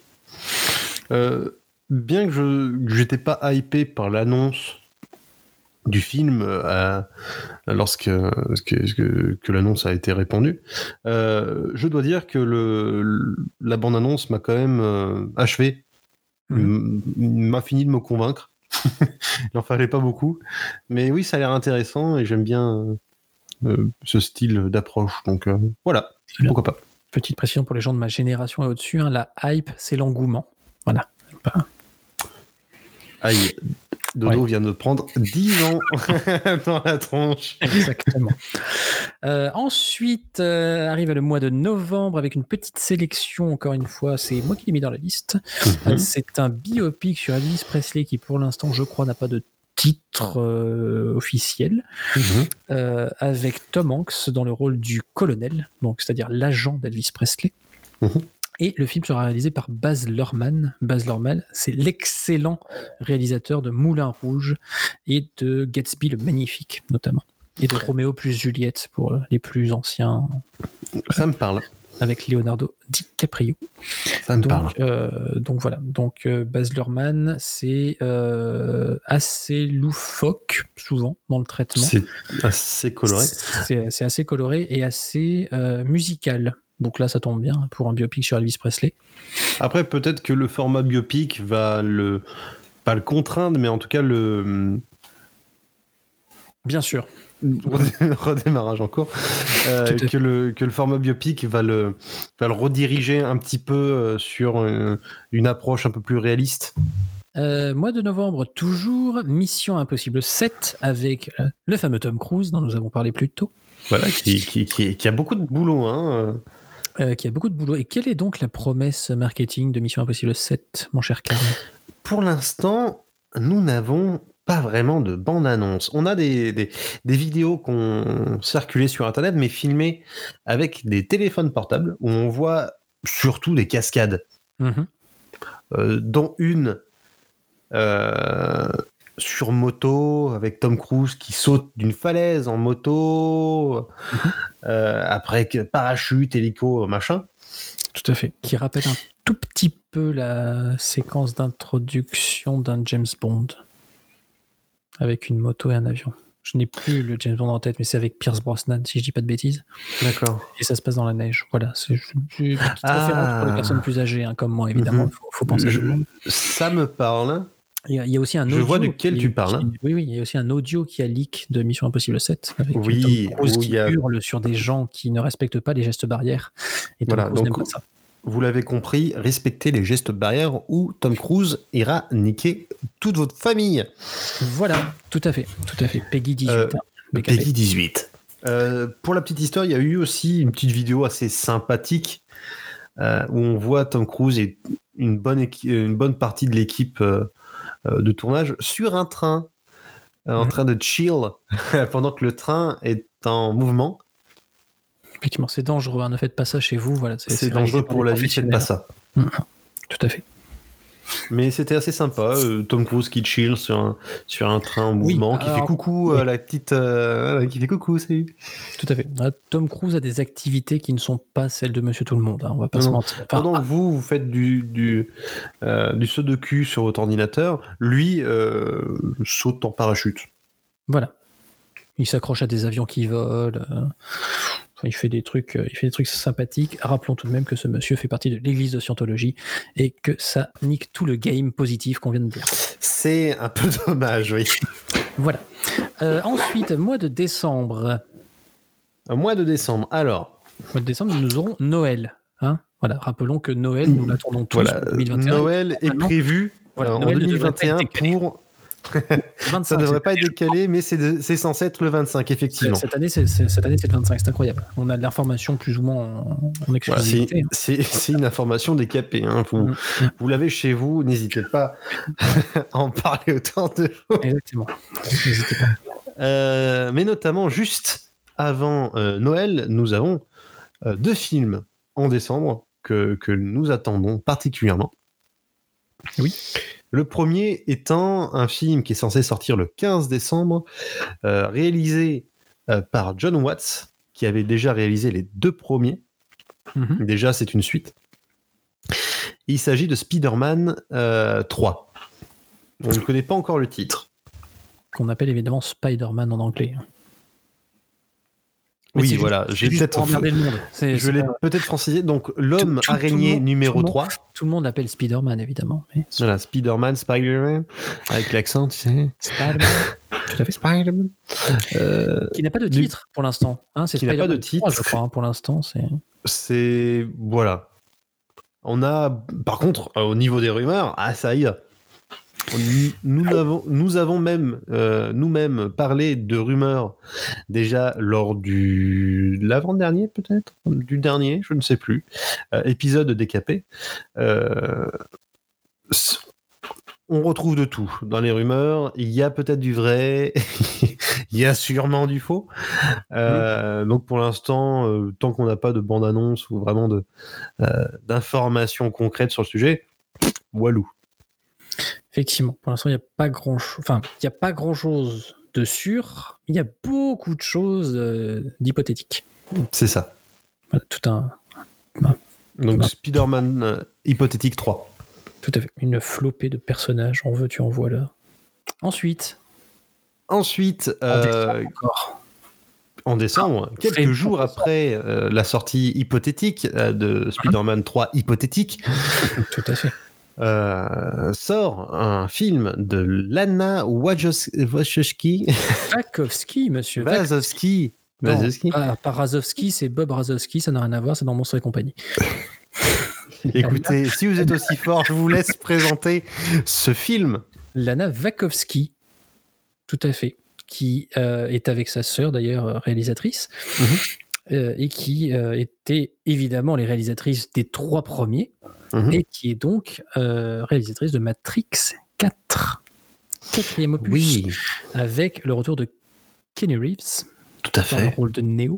Bien que j'étais pas hypé par l'annonce du film lorsque l'annonce a été répandue, je dois dire que la bande-annonce m'a quand même achevé. M'a fini de me convaincre. Il n'en fallait pas beaucoup, mais oui, ça a l'air intéressant et j'aime bien ce style d'approche, donc voilà, pourquoi pas. Petite précision pour les gens de ma génération et au-dessus, hein, la hype, c'est l'engouement. Voilà. Aïe, Dodo vient de prendre 10 ans dans la tronche. Exactement. Ensuite, arrive le mois de novembre avec une petite sélection, encore une fois, c'est moi qui l'ai mis dans la liste. C'est un biopic sur Elvis Presley qui, pour l'instant, je crois, n'a pas de titre officiel, avec Tom Hanks dans le rôle du colonel, donc c'est-à-dire l'agent d'Elvis Presley. Et le film sera réalisé par Baz Luhrmann. Baz Luhrmann, c'est l'excellent réalisateur de Moulin Rouge et de Gatsby le Magnifique, notamment. Et de Roméo plus Juliette pour les plus anciens. Ça me parle. Avec Leonardo DiCaprio. Ça me parle. Donc voilà. Donc Baz Luhrmann, c'est assez loufoque, souvent, dans le traitement. C'est assez coloré. C'est assez coloré et assez musical. Donc là, ça tombe bien pour un biopic sur Elvis Presley. Après, peut-être que le format biopic va pas le contraindre, mais en tout cas Bien sûr. Redémarrage en cours. Que le format biopic va le rediriger un petit peu sur une approche un peu plus réaliste. Mois de novembre, toujours Mission Impossible 7 avec le fameux Tom Cruise dont nous avons parlé plus tôt. Voilà, qui a beaucoup de boulot. Qui a beaucoup de boulot. Et quelle est donc la promesse marketing de Mission Impossible 7, mon cher Karl ? Pour l'instant, nous n'avons pas vraiment de bande-annonce. On a des vidéos qui ont circulé sur Internet, mais filmées avec des téléphones portables, où on voit surtout des cascades, dont une sur moto, avec Tom Cruise qui saute d'une falaise en moto, après parachute, hélico, machin. Tout à fait. Qui rappelle un tout petit peu la séquence d'introduction d'un James Bond, avec une moto et un avion. Je n'ai plus le James Bond en tête, mais c'est avec Pierce Brosnan, si je dis pas de bêtises. D'accord. Et ça se passe dans la neige. Voilà, c'est une petite référence pour les personnes plus âgées, comme moi, évidemment. Faut penser à tout le monde. Ça me parle. Il y a aussi un audio. Je vois de quel tu parles. Oui, il y a aussi un audio qui a leak de Mission Impossible 7, avec Tom Cruise qui hurle sur des gens qui ne respectent pas les gestes barrières. Et Tom Cruise n'aime pas ça. Vous l'avez compris, respectez les gestes barrières ou Tom Cruise ira niquer toute votre famille. Voilà, tout à fait. Peggy 18. Peggy 18. Pour la petite histoire, il y a eu aussi une petite vidéo assez sympathique où on voit Tom Cruise et une bonne partie de l'équipe de tournage sur un train, en train de chill pendant que le train est en mouvement. Effectivement, c'est dangereux, hein, ne faites pas ça chez vous. Voilà, c'est dangereux pour la vie, faites pas ça. Tout à fait. Mais c'était assez sympa, Tom Cruise qui chill sur un train en mouvement, qui fait coucou à la petite... qui fait coucou, salut. Tout à fait. Tom Cruise a des activités qui ne sont pas celles de Monsieur Tout-le-Monde, hein, on va pas se mentir. Enfin, pendant que vous faites du saut de cul sur votre ordinateur, lui saute en parachute. Voilà. Il s'accroche à des avions qui volent... il fait des trucs sympathiques. Rappelons tout de même que ce monsieur fait partie de l'église de Scientologie et que ça nique tout le game positif qu'on vient de dire. C'est un peu dommage, oui. Voilà. Ensuite, mois de décembre. Alors. Mois de décembre, nous aurons Noël. Hein, voilà. Rappelons que Noël, nous l'attendons tous en 2021. Noël est prévu en 2021 pour... 25, ça ne devrait pas être décalé, mais c'est censé être le 25, effectivement. Cette année, c'est le 25, c'est incroyable. On a de l'information plus ou moins en exclusivité. Voilà, c'est une information décapée. Hein. Vous l'avez chez vous, n'hésitez pas à en parler autant de vous. Exactement. N'hésitez pas. Mais notamment, juste avant Noël, nous avons 2 films en décembre que nous attendons particulièrement. Oui. Le premier étant un film qui est censé sortir le 15 décembre, réalisé par John Watts, qui avait déjà réalisé les 2 premiers. Déjà, c'est une suite. Il s'agit de Spider-Man 3. On ne connaît pas encore le titre. Qu'on appelle évidemment Spider-Man en anglais. Oui, voilà. Je l'ai peut-être francisé. Donc, l'homme araignée numéro 3. Tout le monde l'appelle Spider-Man, évidemment. Mais... Voilà, Spider-Man, avec l'accent, tu sais. Spider-Man. Tout à fait. Spider-Man. Qui n'a pas de titre pour l'instant. Hein, c'est qui n'a pas de titre. 3, je crois, hein, pour l'instant. C'est... Voilà. On a, par contre, au niveau des rumeurs, ça y est. Nous avons même nous-mêmes parlé de rumeurs déjà lors de l'avant-dernier, peut-être, du dernier, je ne sais plus, épisode décapé. On retrouve de tout dans les rumeurs. Il y a peut-être du vrai, il y a sûrement du faux. Donc pour l'instant, tant qu'on n'a pas de bande-annonce ou vraiment d'informations concrètes sur le sujet, walou. Effectivement, pour l'instant, il n'y a pas grand-chose. Enfin, il n'y a pas grand-chose de sûr. Il y a beaucoup de choses d'hypothétiques. C'est ça. Voilà, tout un. Donc Spider-Man hypothétique 3. Tout à fait. Une flopée de personnages. En veux, tu en voilà. Ensuite. En décembre encore. En décembre, quelques jours après la sortie hypothétique de Spider-Man 3 hypothétique. Tout à fait. Sort un film de Lana Wachowski. Wachowski, monsieur. Wazowski. Pas Razowski, c'est Bob Razowski, ça n'a rien à voir, c'est dans Monstres et compagnie. Écoutez, si vous êtes aussi fort, je vous laisse présenter ce film. Lana Wachowski, tout à fait, qui est avec sa sœur d'ailleurs réalisatrice, et qui était évidemment les réalisatrices des 3 premiers, et qui est donc réalisatrice de Matrix 4, 4e opus, avec le retour de Keanu Reeves, tout à fait, dans le rôle de Neo,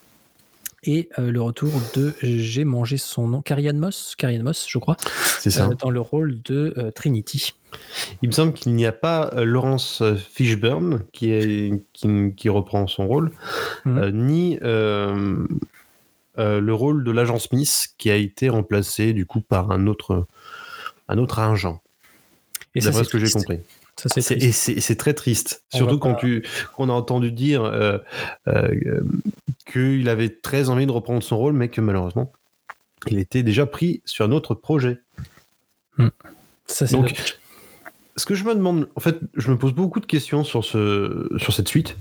et le retour de, j'ai mangé son nom, Carrie-Anne Moss, je crois, c'est ça, dans le rôle de Trinity. Il me semble qu'il n'y a pas Laurence Fishburne qui reprend son rôle, ni le rôle de l'agent Smith qui a été remplacé du coup par un autre agent. Et d'après ce que j'ai compris. Ça, c'est très triste. Surtout quand on a entendu dire qu'il avait très envie de reprendre son rôle, mais que malheureusement, il était déjà pris sur un autre projet. Ça, c'est donc, dommage. Ce que je me demande, en fait, je me pose beaucoup de questions sur cette suite.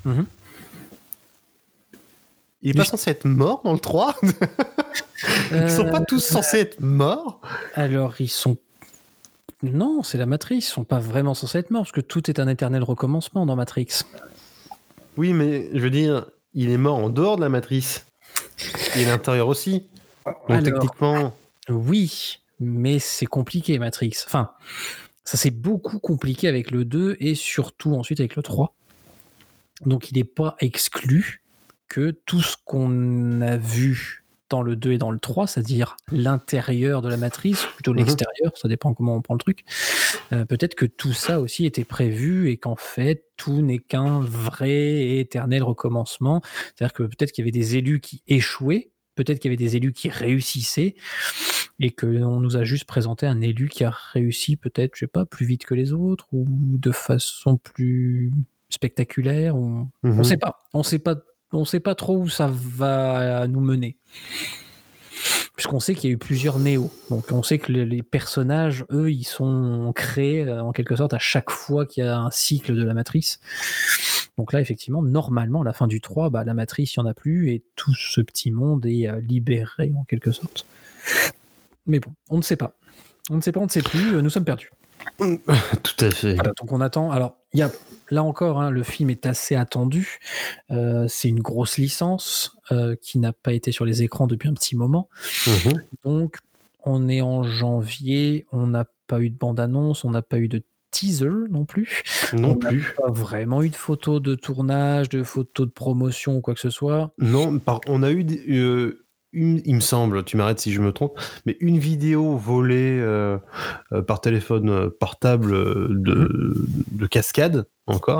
Il est pas censé être mort dans le 3 ? Ils sont pas tous censés être morts ? Alors, ils sont... Non, c'est la Matrix. Ils sont pas vraiment censés être morts, parce que tout est un éternel recommencement dans Matrix. Oui, mais je veux dire, il est mort en dehors de la matrice. Et à l'intérieur aussi. Donc techniquement... Oui, mais c'est compliqué, Matrix. Enfin, ça c'est beaucoup compliqué avec le 2 et surtout ensuite avec le 3. Donc il n'est pas exclu que tout ce qu'on a vu dans le 2 et dans le 3, c'est-à-dire l'intérieur de la matrice, plutôt l'extérieur, ça dépend comment on prend le truc, peut-être que tout ça aussi était prévu et qu'en fait, tout n'est qu'un vrai et éternel recommencement. C'est-à-dire que peut-être qu'il y avait des élus qui échouaient, peut-être qu'il y avait des élus qui réussissaient, et qu'on nous a juste présenté un élu qui a réussi peut-être, je sais pas, plus vite que les autres, ou de façon plus spectaculaire. On sait pas. On sait pas trop où ça va nous mener. Puisqu'on sait qu'il y a eu plusieurs Néo. Donc on sait que les personnages, eux, ils sont créés en quelque sorte à chaque fois qu'il y a un cycle de la matrice. Donc là, effectivement, normalement, à la fin du 3, la matrice, il n'y en a plus et tout ce petit monde est libéré en quelque sorte. Mais bon, on ne sait pas. On ne sait pas, on ne sait plus, nous sommes perdus. Tout à fait. Voilà, donc on attend. Alors, il y a là encore, le film est assez attendu. C'est une grosse licence qui n'a pas été sur les écrans depuis un petit moment. Donc, on est en janvier, on n'a pas eu de bande-annonce, on n'a pas eu de teaser non plus. On n'a pas vraiment eu de photos de tournage, de photos de promotion ou quoi que ce soit. Non, on a eu il me semble, tu m'arrêtes si je me trompe, mais une vidéo volée par téléphone portable de cascade, encore.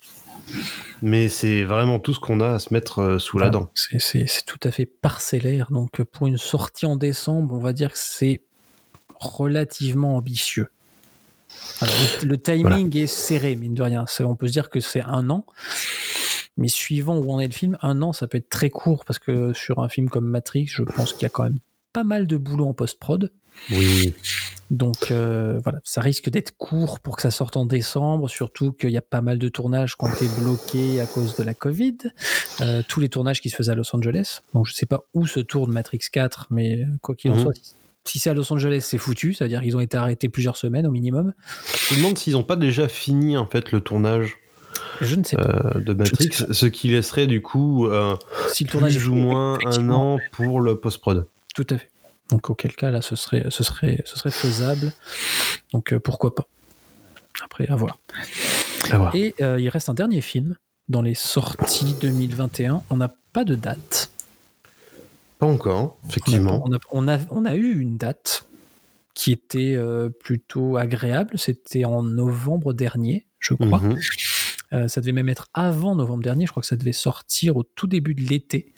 Mais c'est vraiment tout ce qu'on a à se mettre sous la dent. C'est tout à fait parcellaire. Donc, pour une sortie en décembre, on va dire que c'est relativement ambitieux. Alors, le timing est serré, mine de rien. On peut se dire que c'est 1 an. Mais suivant où en est le film, 1 an, ça peut être très court parce que sur un film comme Matrix, je pense qu'il y a quand même pas mal de boulot en post-prod. Oui. Donc voilà, ça risque d'être court pour que ça sorte en décembre, surtout qu'il y a pas mal de tournages qui ont été bloqués à cause de la Covid. Tous les tournages qui se faisaient à Los Angeles. Donc je sais pas où se tourne Matrix 4, mais quoi qu'il en soit, si c'est à Los Angeles, c'est foutu, c'est-à-dire qu'ils ont été arrêtés plusieurs semaines au minimum. Je me demande s'ils n'ont pas déjà fini en fait le tournage Je ne sais pas. de Matrix, ce qui laisserait du coup Si le tournage plus ou moins un an pour le post-prod. Tout à fait. Donc auquel cas là, ce serait faisable. Donc pourquoi pas. Après, à voir. Et il reste un dernier film dans les sorties 2021. On n'a pas de date. Pas encore, effectivement. On a eu une date qui était plutôt agréable. C'était en novembre dernier, je crois. Ça devait même être avant novembre dernier. Je crois que ça devait sortir au tout début de l'été.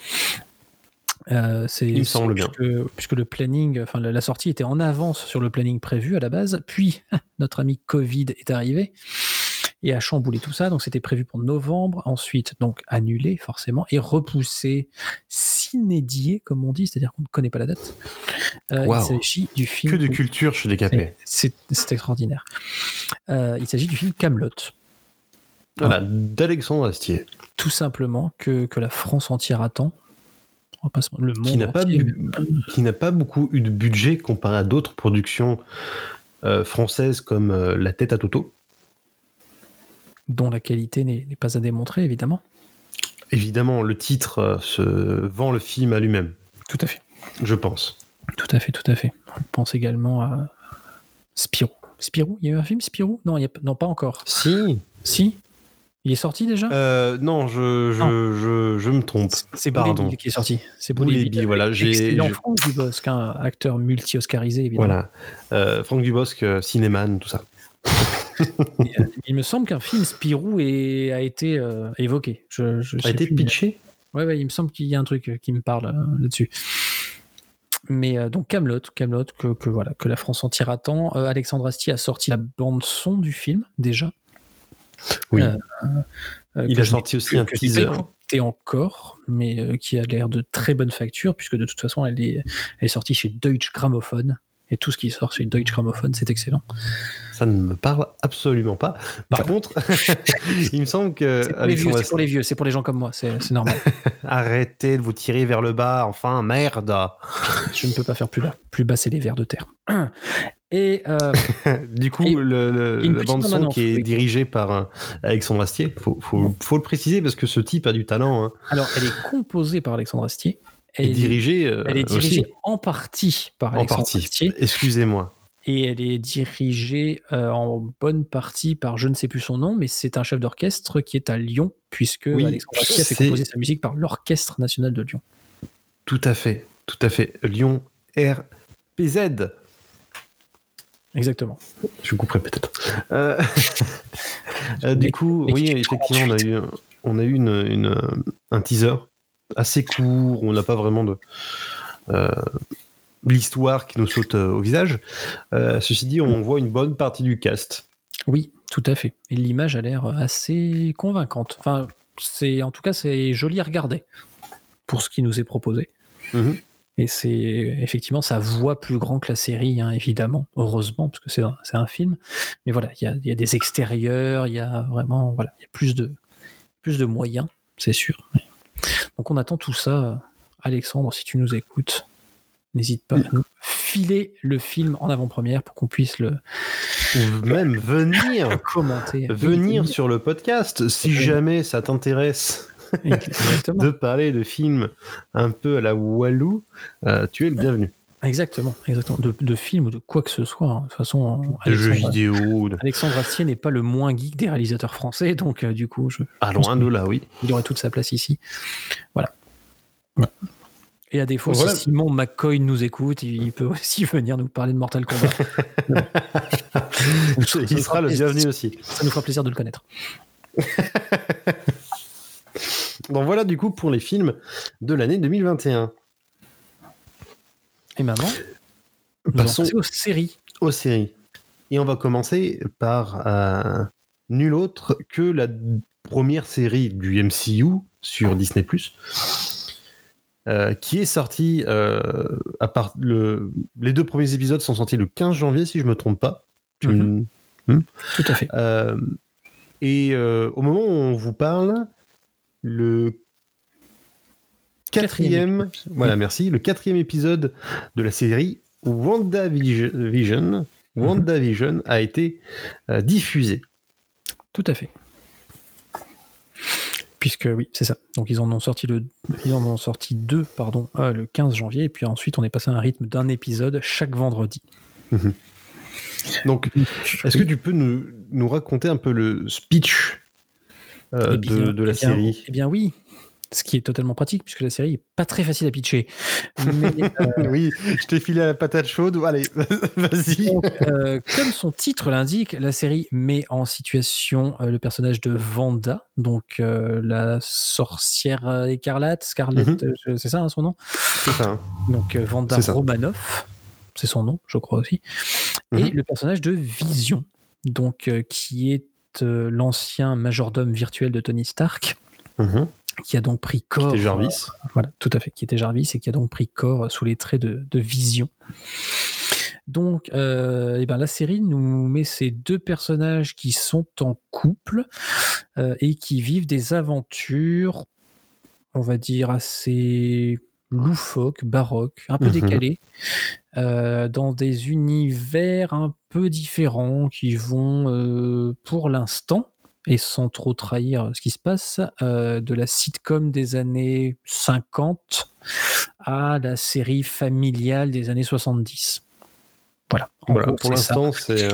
Il me semble bien. Puisque le planning, enfin la sortie était en avance sur le planning prévu à la base. Puis notre ami Covid est arrivé et a chamboulé tout ça. Donc c'était prévu pour novembre. Ensuite, donc annulé forcément et repoussé, s'inédié comme on dit, c'est-à-dire qu'on ne connaît pas la date. Wow. Il s'agit du film. Que de culture chez DKP. C'est extraordinaire. Il s'agit du film Kaamelott. Voilà, d'Alexandre Astier. Tout simplement que la France entière attend. Le monde qui n'a pas beaucoup eu de budget comparé à d'autres productions françaises comme La Tête à Toto. Dont la qualité n'est pas à démontrer, évidemment. Évidemment, le titre se vend le film à lui-même. Tout à fait. Je pense. Tout à fait. On pense également à Spirou. Spirou, il y a eu un film Spirou ? Non, non, pas encore. Si. Il est sorti déjà ? Non, je me trompe. C'est Bouli Bill qui est sorti. C'est Bouli Bill, voilà. Excellent Franck Dubosc, un acteur multi-oscarisé, évidemment. Voilà. Franck Dubosc, cinéman, tout ça. Il me semble qu'un film Spirou a été évoqué. A été pitché ? Ouais, il me semble qu'il y a un truc qui me parle là-dessus. Mais donc Kaamelott, que la France entière attend. Alexandre Astier a sorti la bande-son du film, déjà. Oui. Il a sorti aussi un teaser. Écouté encore, mais qui a l'air de très bonne facture, puisque de toute façon, elle est sortie chez Deutsche Grammophon. Et tout ce qui sort chez Deutsche Grammophon, c'est excellent. Ça ne me parle absolument pas. Par contre, il me semble que... C'est pour les vieux, c'est pour les gens comme moi, c'est normal. Arrêtez de vous tirer vers le bas, enfin, merde. Je ne peux pas faire plus bas. Plus bas, c'est les vers de terre. Et du coup, la bande-son qui est dirigée par Alexandre Astier, faut le préciser parce que ce type a du talent. Hein. Alors, elle est composée par Alexandre Astier. Elle est dirigée en partie par Alexandre Astier. Excusez-moi. Et elle est dirigée en bonne partie par je ne sais plus son nom, mais c'est un chef d'orchestre qui est à Lyon, puisque Alexandre Astier a fait composer sa musique par l'Orchestre National de Lyon. Tout à fait. Lyon RPZ. Exactement. Je couperai peut-être. Du coup, oui, effectivement, on a eu un teaser assez court. On n'a pas vraiment de l'histoire qui nous saute au visage. Ceci dit, on voit une bonne partie du cast. Oui, tout à fait. Et l'image a l'air assez convaincante. Enfin, en tout cas, c'est joli à regarder pour ce qui nous est proposé. Mm-hmm. Et c'est effectivement, ça voit plus grand que la série, hein, évidemment, heureusement, parce que c'est un film. Mais voilà, il y a des extérieurs, il y a vraiment, voilà, il y a plus de moyens, c'est sûr. Donc on attend tout ça. Alexandre, si tu nous écoutes, n'hésite pas à nous filer le film en avant-première pour qu'on puisse même venir commenter, venir sur le podcast si jamais ça t'intéresse. De parler de films un peu à la Walou, tu es le bienvenu. Exactement. De films ou de quoi que ce soit. Hein. De toute façon, de jeux vidéo. Alexandre Astier n'est pas le moins geek des réalisateurs français, donc du coup, loin de là, oui. Il aurait toute sa place ici. Voilà. Et à défaut, si Simon McCoy nous écoute, il peut aussi venir nous parler de Mortal Kombat. Il sera le bienvenu aussi. Ça nous fera plaisir de le connaître. Donc voilà du coup pour les films de l'année 2021. Et maintenant, passons aux séries. Et on va commencer par nul autre que la première série du MCU sur Disney+, qui est sortie, les 2 premiers épisodes sont sortis le 15 janvier, si je ne me trompe pas. Tout à fait. Et au moment où on vous parle, le quatrième épisode de la série WandaVision a été diffusé. Tout à fait. Puisque oui, c'est ça. Donc ils en ont sorti deux, le 15 janvier, et puis ensuite on est passé à un rythme d'un épisode chaque vendredi. Donc, est-ce que tu peux nous raconter un peu le speech de la série ? Eh bien oui, ce qui est totalement pratique, puisque la série est pas très facile à pitcher. Mais, oui, je t'ai filé à la patate chaude. Allez, vas-y. Donc, comme son titre l'indique, la série met en situation le personnage de Wanda, donc la sorcière écarlate, Scarlett, c'est ça son nom ? C'est ça. Donc Wanda Romanoff, c'est son nom, je crois aussi. Et le personnage de Vision, donc qui est l'ancien majordome virtuel de Tony Stark. Qui a donc pris corps. Qui était Jarvis. Voilà, tout à fait, qui était Jarvis et qui a donc pris corps sous les traits de Vision. Donc, la série nous met ces deux personnages qui sont en couple et qui vivent des aventures, on va dire, assez loufoques, baroques, un peu décalées, dans des univers un peu différents qui vont, pour l'instant, et sans trop trahir ce qui se passe, de la sitcom des années 50 à la série familiale des années 70. Voilà. Voilà, pour l'instant,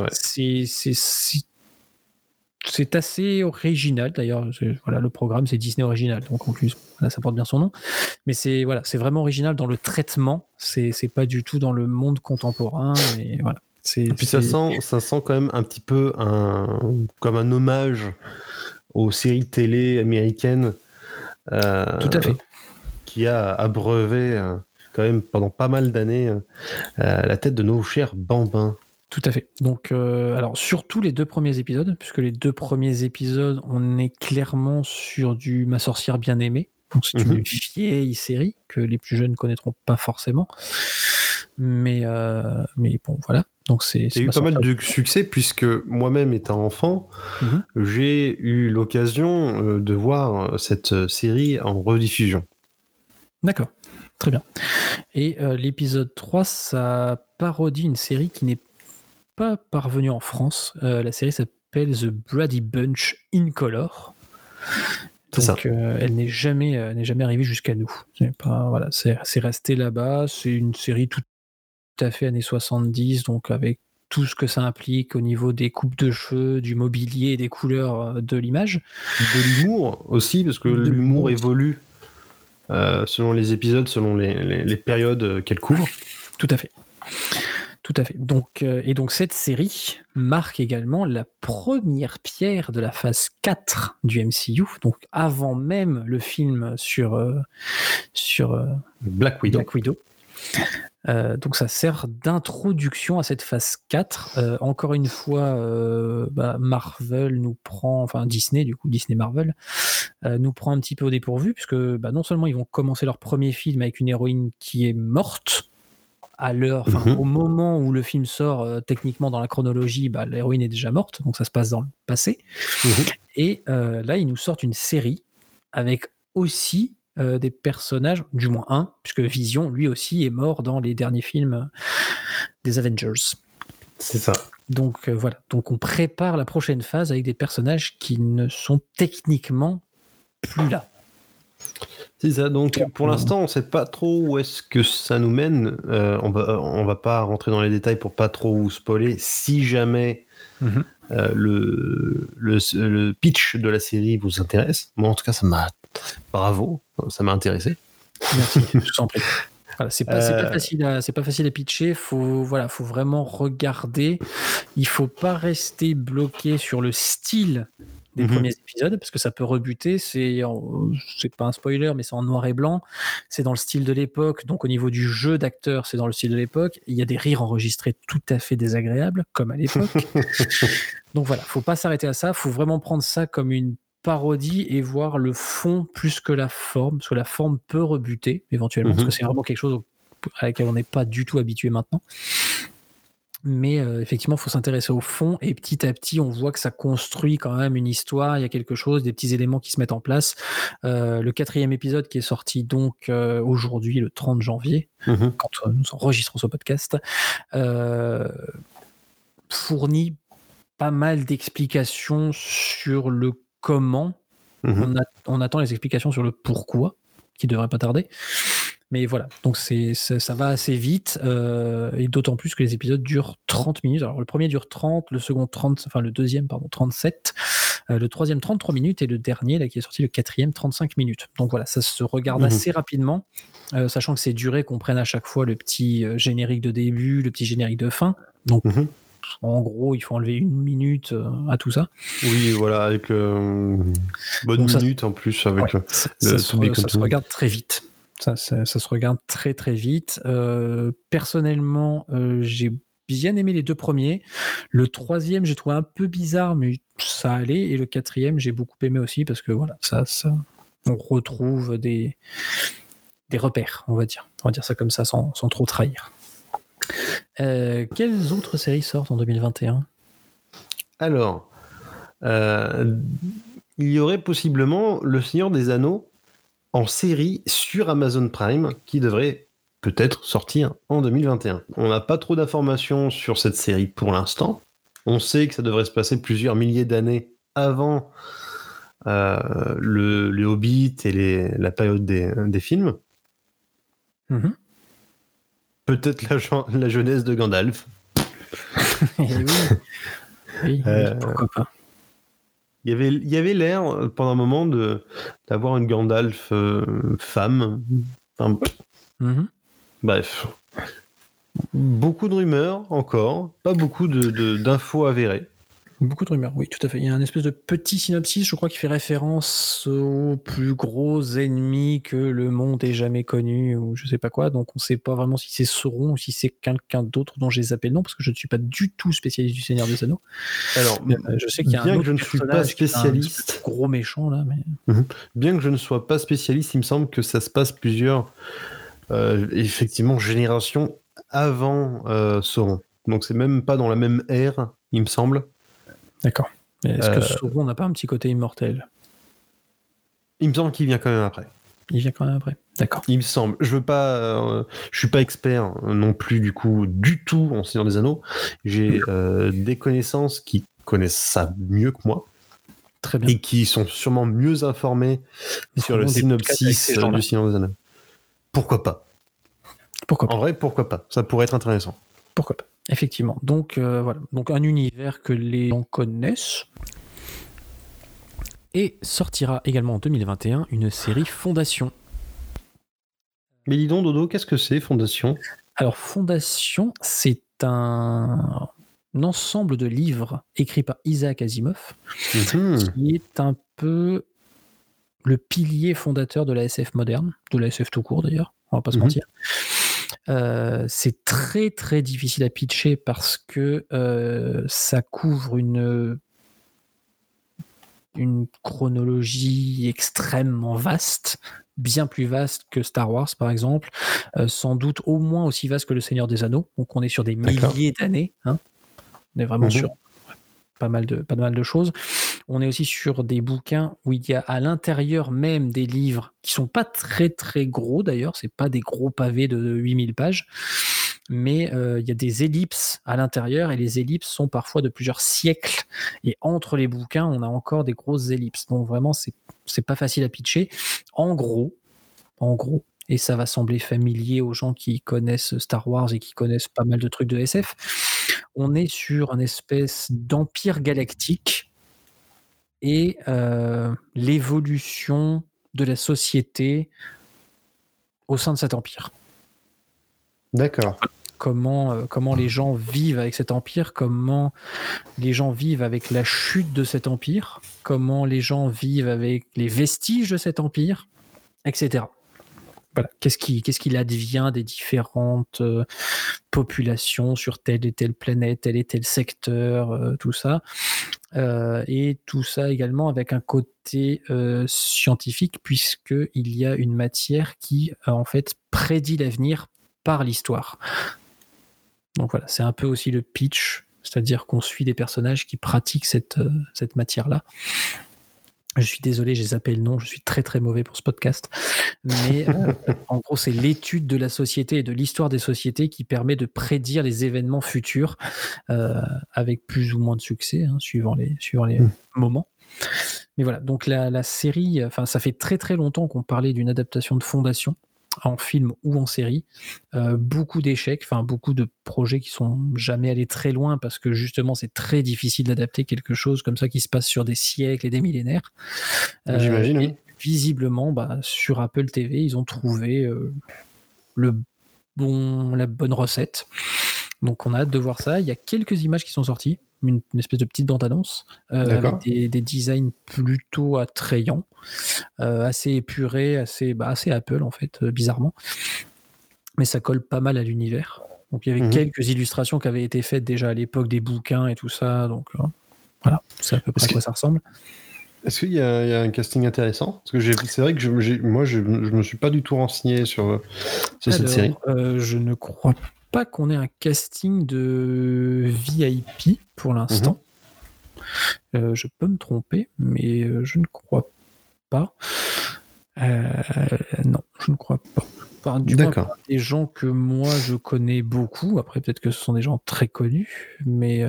c'est assez original. D'ailleurs, le programme, c'est Disney Original. Donc, en plus, ça porte bien son nom. Mais c'est vraiment original dans le traitement. C'est pas du tout dans le monde contemporain. Et voilà. Et puis ça sent quand même un petit peu comme un hommage aux séries télé américaines. Tout à fait. Qui a abreuvé quand même pendant pas mal d'années la tête de nos chers bambins. Tout à fait. Donc, alors surtout les deux premiers épisodes, puisque les deux premiers épisodes, on est clairement sur du Ma sorcière bien-aimée. Donc c'est une vieille série que les plus jeunes connaîtront pas forcément. Mais bon, voilà. Donc c'est eu pas mal de succès, puisque moi-même étant enfant, j'ai eu l'occasion de voir cette série en rediffusion. D'accord, très bien. Et l'épisode 3, ça parodie une série qui n'est pas parvenue en France. La série s'appelle The Brady Bunch in Color. Donc elle n'est jamais arrivée jusqu'à nous. C'est resté là-bas. C'est une série tout à fait années 70, donc avec tout ce que ça implique au niveau des coupes de cheveux, du mobilier, des couleurs de l'image. De l'humour aussi, parce que l'humour évolue selon les épisodes, selon les périodes qu'elle couvre. Tout à fait. Tout à fait. Donc, et donc cette série marque également la première pierre de la phase 4 du MCU, donc avant même le film sur Black Widow. Donc ça sert d'introduction à cette phase 4. Encore une fois, Marvel nous prend, enfin Disney Marvel, nous prend un petit peu au dépourvu, puisque non seulement ils vont commencer leur premier film avec une héroïne qui est morte, au moment où le film sort, techniquement dans la chronologie, l'héroïne est déjà morte, donc ça se passe dans le passé. Et là, ils nous sortent une série avec aussi des personnages, du moins un, puisque Vision, lui aussi, est mort dans les derniers films des Avengers. C'est ça. Donc voilà, donc on prépare la prochaine phase avec des personnages qui ne sont techniquement plus là. C'est ça, donc pour l'instant on ne sait pas trop où est-ce que ça nous mène. On va pas rentrer dans les détails pour pas trop vous spoiler. Si jamais le pitch de la série vous intéresse, moi en tout cas ça m'a intéressé. Merci, je vous en prie. Voilà, c'est pas facile à pitcher. Faut vraiment regarder. Il faut pas rester bloqué sur le style des premiers épisodes, parce que ça peut rebuter. C'est pas un spoiler, mais c'est en noir et blanc. C'est dans le style de l'époque, donc au niveau du jeu d'acteur, c'est dans le style de l'époque. Il y a des rires enregistrés tout à fait désagréables, comme à l'époque. Donc voilà, faut pas s'arrêter à ça. Faut vraiment prendre ça comme une parodie et voir le fond plus que la forme, parce que la forme peut rebuter éventuellement, parce que c'est vraiment quelque chose à laquelle on n'est pas du tout habitué maintenant. Mais effectivement, il faut s'intéresser au fond et petit à petit, on voit que ça construit quand même une histoire, il y a quelque chose, des petits éléments qui se mettent en place. Le 4e épisode qui est sorti donc aujourd'hui, le 30 janvier, quand nous enregistrons ce podcast, fournit pas mal d'explications sur le comment. On attend les explications sur le pourquoi, qui devrait pas tarder. Mais voilà, donc ça va assez vite, et d'autant plus que les épisodes durent 30 minutes. Alors le premier dure 30, le second 30, enfin le deuxième, pardon, 37, le troisième 33 minutes, et le dernier, là, qui est sorti, le 4e, 35 minutes. Donc voilà, ça se regarde assez rapidement, sachant que c'est duré qu'on prenne à chaque fois le petit générique de début, le petit générique de fin. Donc en gros, il faut enlever 1 minute à tout ça. Oui, voilà, avec bonne minute en plus, avec ça se regarde très vite. Ça se regarde très très vite. Personnellement, j'ai bien aimé les 2 premiers. Le 3e, j'ai trouvé un peu bizarre, mais ça allait. Et le 4e, j'ai beaucoup aimé aussi parce que voilà, ça on retrouve des repères, on va dire ça comme ça, sans trop trahir. Quelles autres séries sortent en 2021 ? Alors, il y aurait possiblement Le Seigneur des Anneaux en série sur Amazon Prime qui devrait peut-être sortir en 2021. On n'a pas trop d'informations sur cette série pour l'instant. On sait que ça devrait se passer plusieurs milliers d'années avant le Hobbit et la période des films. Peut-être la jeunesse de Gandalf. Oui, pourquoi pas. Il y avait l'air, pendant un moment, d'avoir une Gandalf femme. Enfin, bref. Beaucoup de rumeurs, encore. Pas beaucoup d'infos avérées. Beaucoup de rumeurs, oui, tout à fait. Il y a un espèce de petit synopsis, je crois, qui fait référence aux plus gros ennemis que le monde ait jamais connus, ou je sais pas quoi. Donc on sait pas vraiment si c'est Sauron ou si c'est quelqu'un d'autre dont j'ai zappé le nom, parce que je ne suis pas du tout spécialiste du Seigneur des Anneaux. Alors, je sais qu'il y a un autre personnage qui est un gros méchant là, mais bien que je ne sois pas spécialiste, il me semble que ça se passe plusieurs effectivement générations avant Sauron. Donc c'est même pas dans la même ère, il me semble. D'accord. Est-ce que Sauron n'a pas un petit côté immortel ? Il me semble qu'il vient quand même après. Il vient quand même après. D'accord. Il me semble. Je suis pas expert non plus du tout en Seigneur des Anneaux. J'ai des connaissances qui connaissent ça mieux que moi. Très bien. Et qui sont sûrement mieux informés sur le synopsis du Seigneur des Anneaux. Pourquoi pas ? En vrai, pourquoi pas ? Ça pourrait être intéressant. Pourquoi pas ? Effectivement. Donc voilà. Donc un univers que les gens connaissent. Et sortira également en 2021 une série Fondation. Mais dis donc, Dodo, qu'est-ce que c'est, Fondation ? Alors, Fondation, c'est un ensemble de livres écrits par Isaac Asimov, qui est un peu le pilier fondateur de la SF moderne, de la SF tout court d'ailleurs, on va pas se mentir. C'est très très difficile à pitcher parce que ça couvre une chronologie extrêmement vaste, bien plus vaste que Star Wars par exemple, sans doute au moins aussi vaste que Le Seigneur des Anneaux, donc on est sur des milliers d'années, hein. On est vraiment sur pas mal de choses. On est aussi sur des bouquins où il y a à l'intérieur même des livres qui sont pas très très gros d'ailleurs, c'est pas des gros pavés de 8000 pages, mais il y a des ellipses à l'intérieur et les ellipses sont parfois de plusieurs siècles, et entre les bouquins on a encore des grosses ellipses, donc vraiment c'est pas facile à pitcher. En gros, et ça va sembler familier aux gens qui connaissent Star Wars et qui connaissent pas mal de trucs de SF, on est sur une espèce d'empire galactique et l'évolution de la société au sein de cet empire. D'accord. Comment les gens vivent avec cet empire, comment les gens vivent avec la chute de cet empire, comment les gens vivent avec les vestiges de cet empire, etc. Voilà. Qu'est-ce qu'il advient des différentes populations sur telle et telle planète, tel et tel secteur, tout ça. Et tout ça également avec un côté scientifique, puisqu'il y a une matière qui en fait prédit l'avenir par l'histoire. Donc voilà, c'est un peu aussi le pitch, c'est-à-dire qu'on suit des personnages qui pratiquent cette matière-là. Je suis désolé, j'ai zappé le nom, je suis très très mauvais pour ce podcast. Mais en gros, c'est l'étude de la société et de l'histoire des sociétés qui permet de prédire les événements futurs avec plus ou moins de succès, suivant les moments. Mais voilà, donc la série, ça fait très très longtemps qu'on parlait d'une adaptation de Fondation en film ou en série. Beaucoup d'échecs, beaucoup de projets qui sont jamais allés très loin parce que justement c'est très difficile d'adapter quelque chose comme ça qui se passe sur des siècles et des millénaires. J'imagine, oui. Visiblement, sur Apple TV, ils ont trouvé la bonne recette. Donc on a hâte de voir ça. Il y a quelques images qui sont sorties, une espèce de petite bande-annonce avec des designs plutôt attrayants, assez épurés, assez Apple en fait, bizarrement. Mais ça colle pas mal à l'univers. Donc il y avait quelques illustrations qui avaient été faites déjà à l'époque des bouquins et tout ça. Donc voilà, c'est à peu près à quoi ça ressemble. Est-ce qu'il y a un casting intéressant ? Parce que c'est vrai que je me suis pas du tout renseigné sur cette série. Je ne crois pas qu'on ait un casting de VIP pour l'instant. Je peux me tromper, mais je ne crois pas. Non, je ne crois pas. Du moins, des gens que moi je connais beaucoup. Après, peut-être que ce sont des gens très connus, mais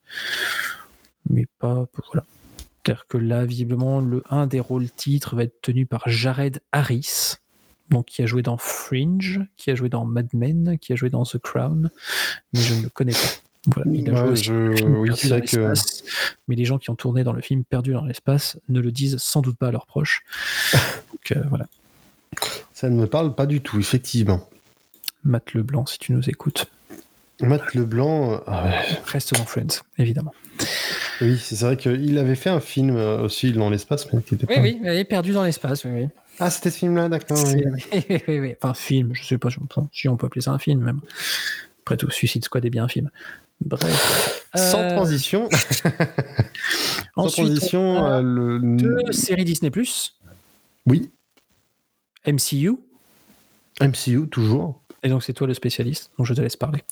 pas. Voilà. C'est-à-dire que là, visiblement, un des rôles titres va être tenu par Jared Harris, donc qui a joué dans Fringe, qui a joué dans Mad Men, qui a joué dans The Crown, mais je ne le connais pas. Voilà, il a joué aussi dans le film Perdu dans l'espace, mais les gens qui ont tourné dans le film Perdu dans l'espace ne le disent sans doute pas à leurs proches. Donc voilà. Ça ne me parle pas du tout, effectivement. Matt Leblanc, si tu nous écoutes. Matt Leblanc... reste dans Friends, évidemment. Oui, c'est vrai qu'il avait fait un film aussi dans l'espace, mais qui était pas... Oui, Perdu dans l'espace, oui. Ah, c'était ce film-là, d'accord. Oui. Enfin, film, je sais pas si on peut appeler ça un film, même. Après tout, Suicide Squad est bien un film. Bref. Sans transition. Ensuite, deux séries Disney+. Oui. MCU, toujours. Et donc, c'est toi le spécialiste, donc je te laisse parler.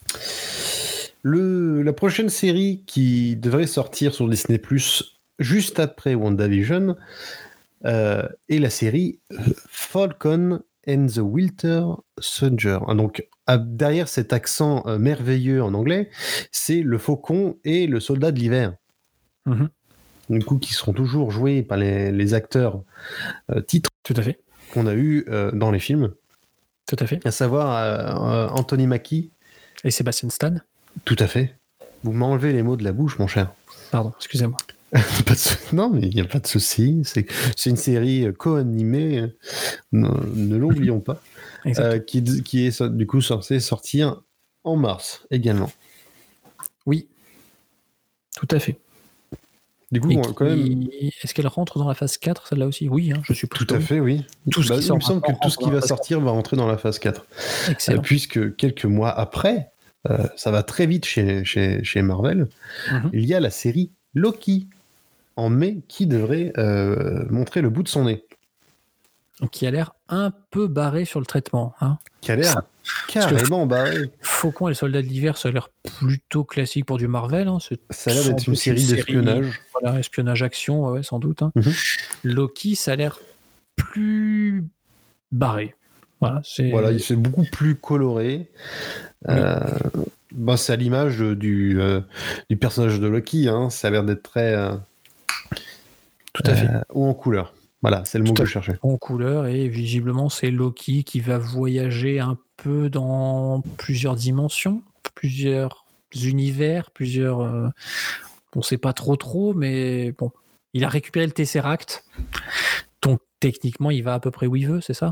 La prochaine série qui devrait sortir sur Disney+, juste après WandaVision, est la série Falcon and the Winter Soldier. Donc, derrière cet accent merveilleux en anglais, c'est le Faucon et le Soldat de l'hiver. Du coup, qui seront toujours joués par les acteurs titres. Tout à fait. Qu'on a eu dans les films. Tout à fait. À savoir Anthony Mackie. Et Sébastien Stan. Tout à fait. Vous m'enlevez les mots de la bouche, mon cher. Pardon, excusez-moi. Non, mais il n'y a pas de souci. C'est une série co-animée, ne l'oublions pas, qui est du coup censée sortir en mars également. Oui, tout à fait. Du coup, quand même... Est-ce qu'elle rentre dans la phase 4, celle-là aussi ? Oui, je suis plutôt... Tout à fait, oui. Il me semble que tout ce qui va sortir va rentrer dans la phase 4. Puisque quelques mois après, ça va très vite chez Marvel, il y a la série Loki, en mai, qui devrait montrer le bout de son nez. Qui a l'air un peu barré sur le traitement. Qui a l'air carrément barré. Faucon et le Soldat de l'hiver, ça a l'air plutôt classique pour du Marvel. Ça a l'air d'être une série d'espionnage. Voilà, espionnage action, ouais, sans doute. Loki, ça a l'air plus barré. Voilà, c'est beaucoup plus coloré. C'est à l'image du personnage de Loki. Ça a l'air d'être très... Tout à fait. Ou en couleur. Voilà, c'est le mot que je cherchais. En couleur, et visiblement, c'est Loki qui va voyager un peu dans plusieurs dimensions, plusieurs univers, on ne sait pas trop, mais bon, il a récupéré le Tesseract, donc techniquement, il va à peu près où il veut, c'est ça,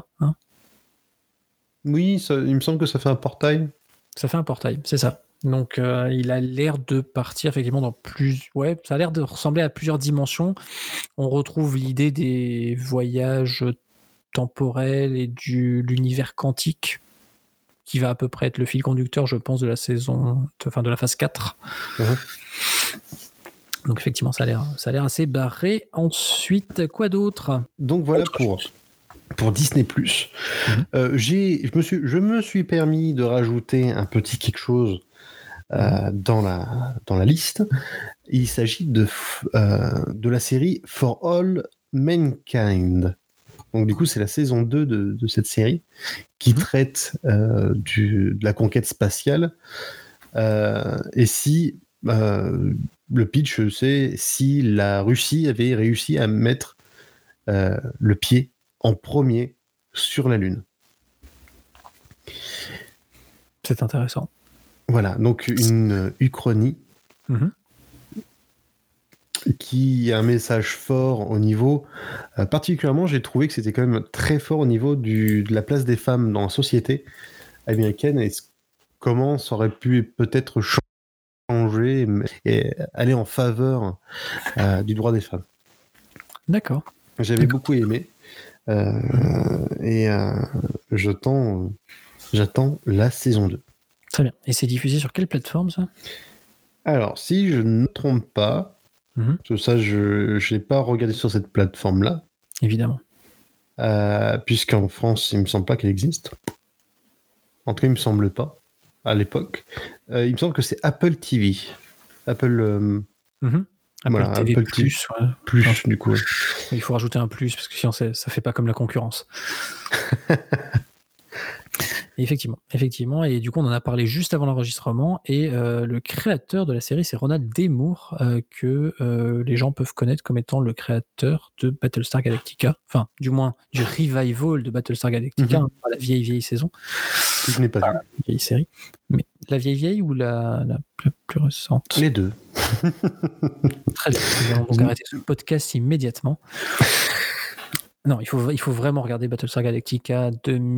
Oui, il me semble que ça fait un portail. Ça fait un portail, c'est ça. Donc, il a l'air de partir effectivement dans ça a l'air de ressembler à plusieurs dimensions. On retrouve l'idée des voyages temporels et de l'univers quantique, qui va à peu près être le fil conducteur, je pense, de la phase 4. Donc, effectivement, ça a l'air assez barré. Ensuite, quoi d'autre ? Donc, voilà pour Disney+. Je me suis permis de rajouter un petit quelque chose dans la liste. Il s'agit de la série For All Mankind. Donc du coup, c'est la saison 2 de cette série qui traite de la conquête spatiale. Et si le pitch, c'est si la Russie avait réussi à mettre le pied en premier sur la Lune. C'est intéressant. Voilà, donc une uchronie qui a un message fort au niveau... particulièrement, j'ai trouvé que c'était quand même très fort au niveau de la place des femmes dans la société américaine et comment ça aurait pu peut-être changer et aller en faveur du droit des femmes. D'accord. J'avais beaucoup aimé. Et j'attends la saison 2. Très bien. Et c'est diffusé sur quelle plateforme, ça ? Alors, si je ne me trompe pas, ça, je n'ai pas regardé sur cette plateforme-là. Évidemment. Puisqu'en France, il ne me semble pas qu'elle existe. En tout cas, il ne me semble pas, à l'époque. Il me semble que c'est Apple TV. Apple voilà, TV Apple TV+, ouais. Plus, du coup. Ouais. Il faut rajouter un plus, parce que sinon, ça ne fait pas comme la concurrence. Effectivement, et du coup on en a parlé juste avant l'enregistrement, et le créateur de la série c'est Ronald D. Moore, que les gens peuvent connaître comme étant le créateur de Battlestar Galactica, enfin du moins du revival de Battlestar Galactica, pas la vieille saison. Je n'ai pas vu. La vieille série, mais la vieille ou la plus récente ? Les deux. Très bien, nous allons donc arrêter ce podcast immédiatement. Non, il faut vraiment regarder Battlestar Galactica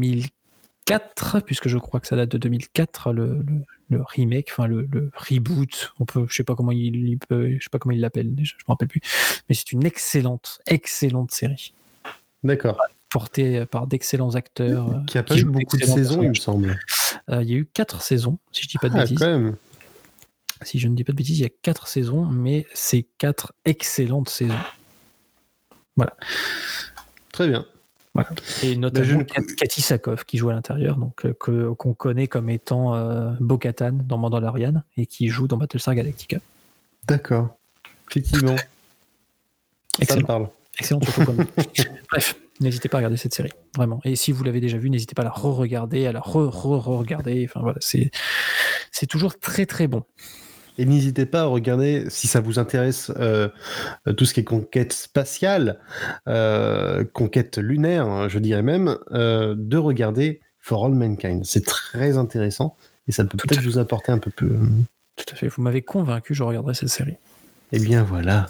2004, puisque je crois que ça date de 2004, le remake, enfin le reboot, je sais pas comment il l'appelle déjà, je me rappelle plus, mais c'est une excellente série. D'accord. Portée par d'excellents acteurs. Qui a pas eu beaucoup de saisons, il me semble. Il y a eu 4 saisons, si je dis pas de bêtises. Quand même. Si je ne dis pas de bêtises, il y a 4 saisons, mais c'est 4 excellentes saisons. Voilà. Très bien. Voilà. Et notamment Kathy Sackhoff qui joue à l'intérieur, donc qu'on connaît comme étant Bo-Katan dans Mandalorian et qui joue dans Battlestar Galactica. D'accord. Effectivement. Excellent. Ça me parle. Excellent. Bref, n'hésitez pas à regarder cette série, vraiment. Et si vous l'avez déjà vue, n'hésitez pas à la re-regarder, à la re-regarder. Enfin voilà, c'est toujours très très bon. Et n'hésitez pas à regarder, si ça vous intéresse, tout ce qui est conquête spatiale, conquête lunaire, je dirais même, de regarder For All Mankind. C'est très intéressant et ça peut peut-être vous apporter un peu plus... Tout à fait, vous m'avez convaincu, je regarderai cette série. Eh bien voilà.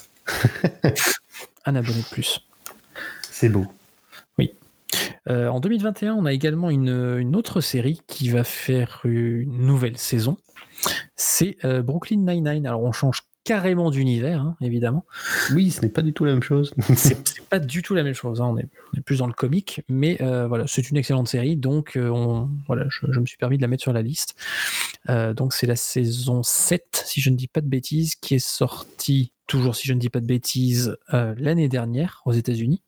Un abonné de plus. C'est beau. Oui. En 2021, on a également une autre série qui va faire une nouvelle saison. C'est Brooklyn Nine-Nine. Alors on change carrément d'univers, hein, évidemment. Oui, ce n'est pas du tout la même chose. c'est pas du tout la même chose, hein. On est plus dans le comique, mais voilà, c'est une excellente série, donc je me suis permis de la mettre sur la liste. Donc c'est la saison 7, si je ne dis pas de bêtises, qui est sortie, toujours si je ne dis pas de bêtises, l'année dernière aux États-Unis.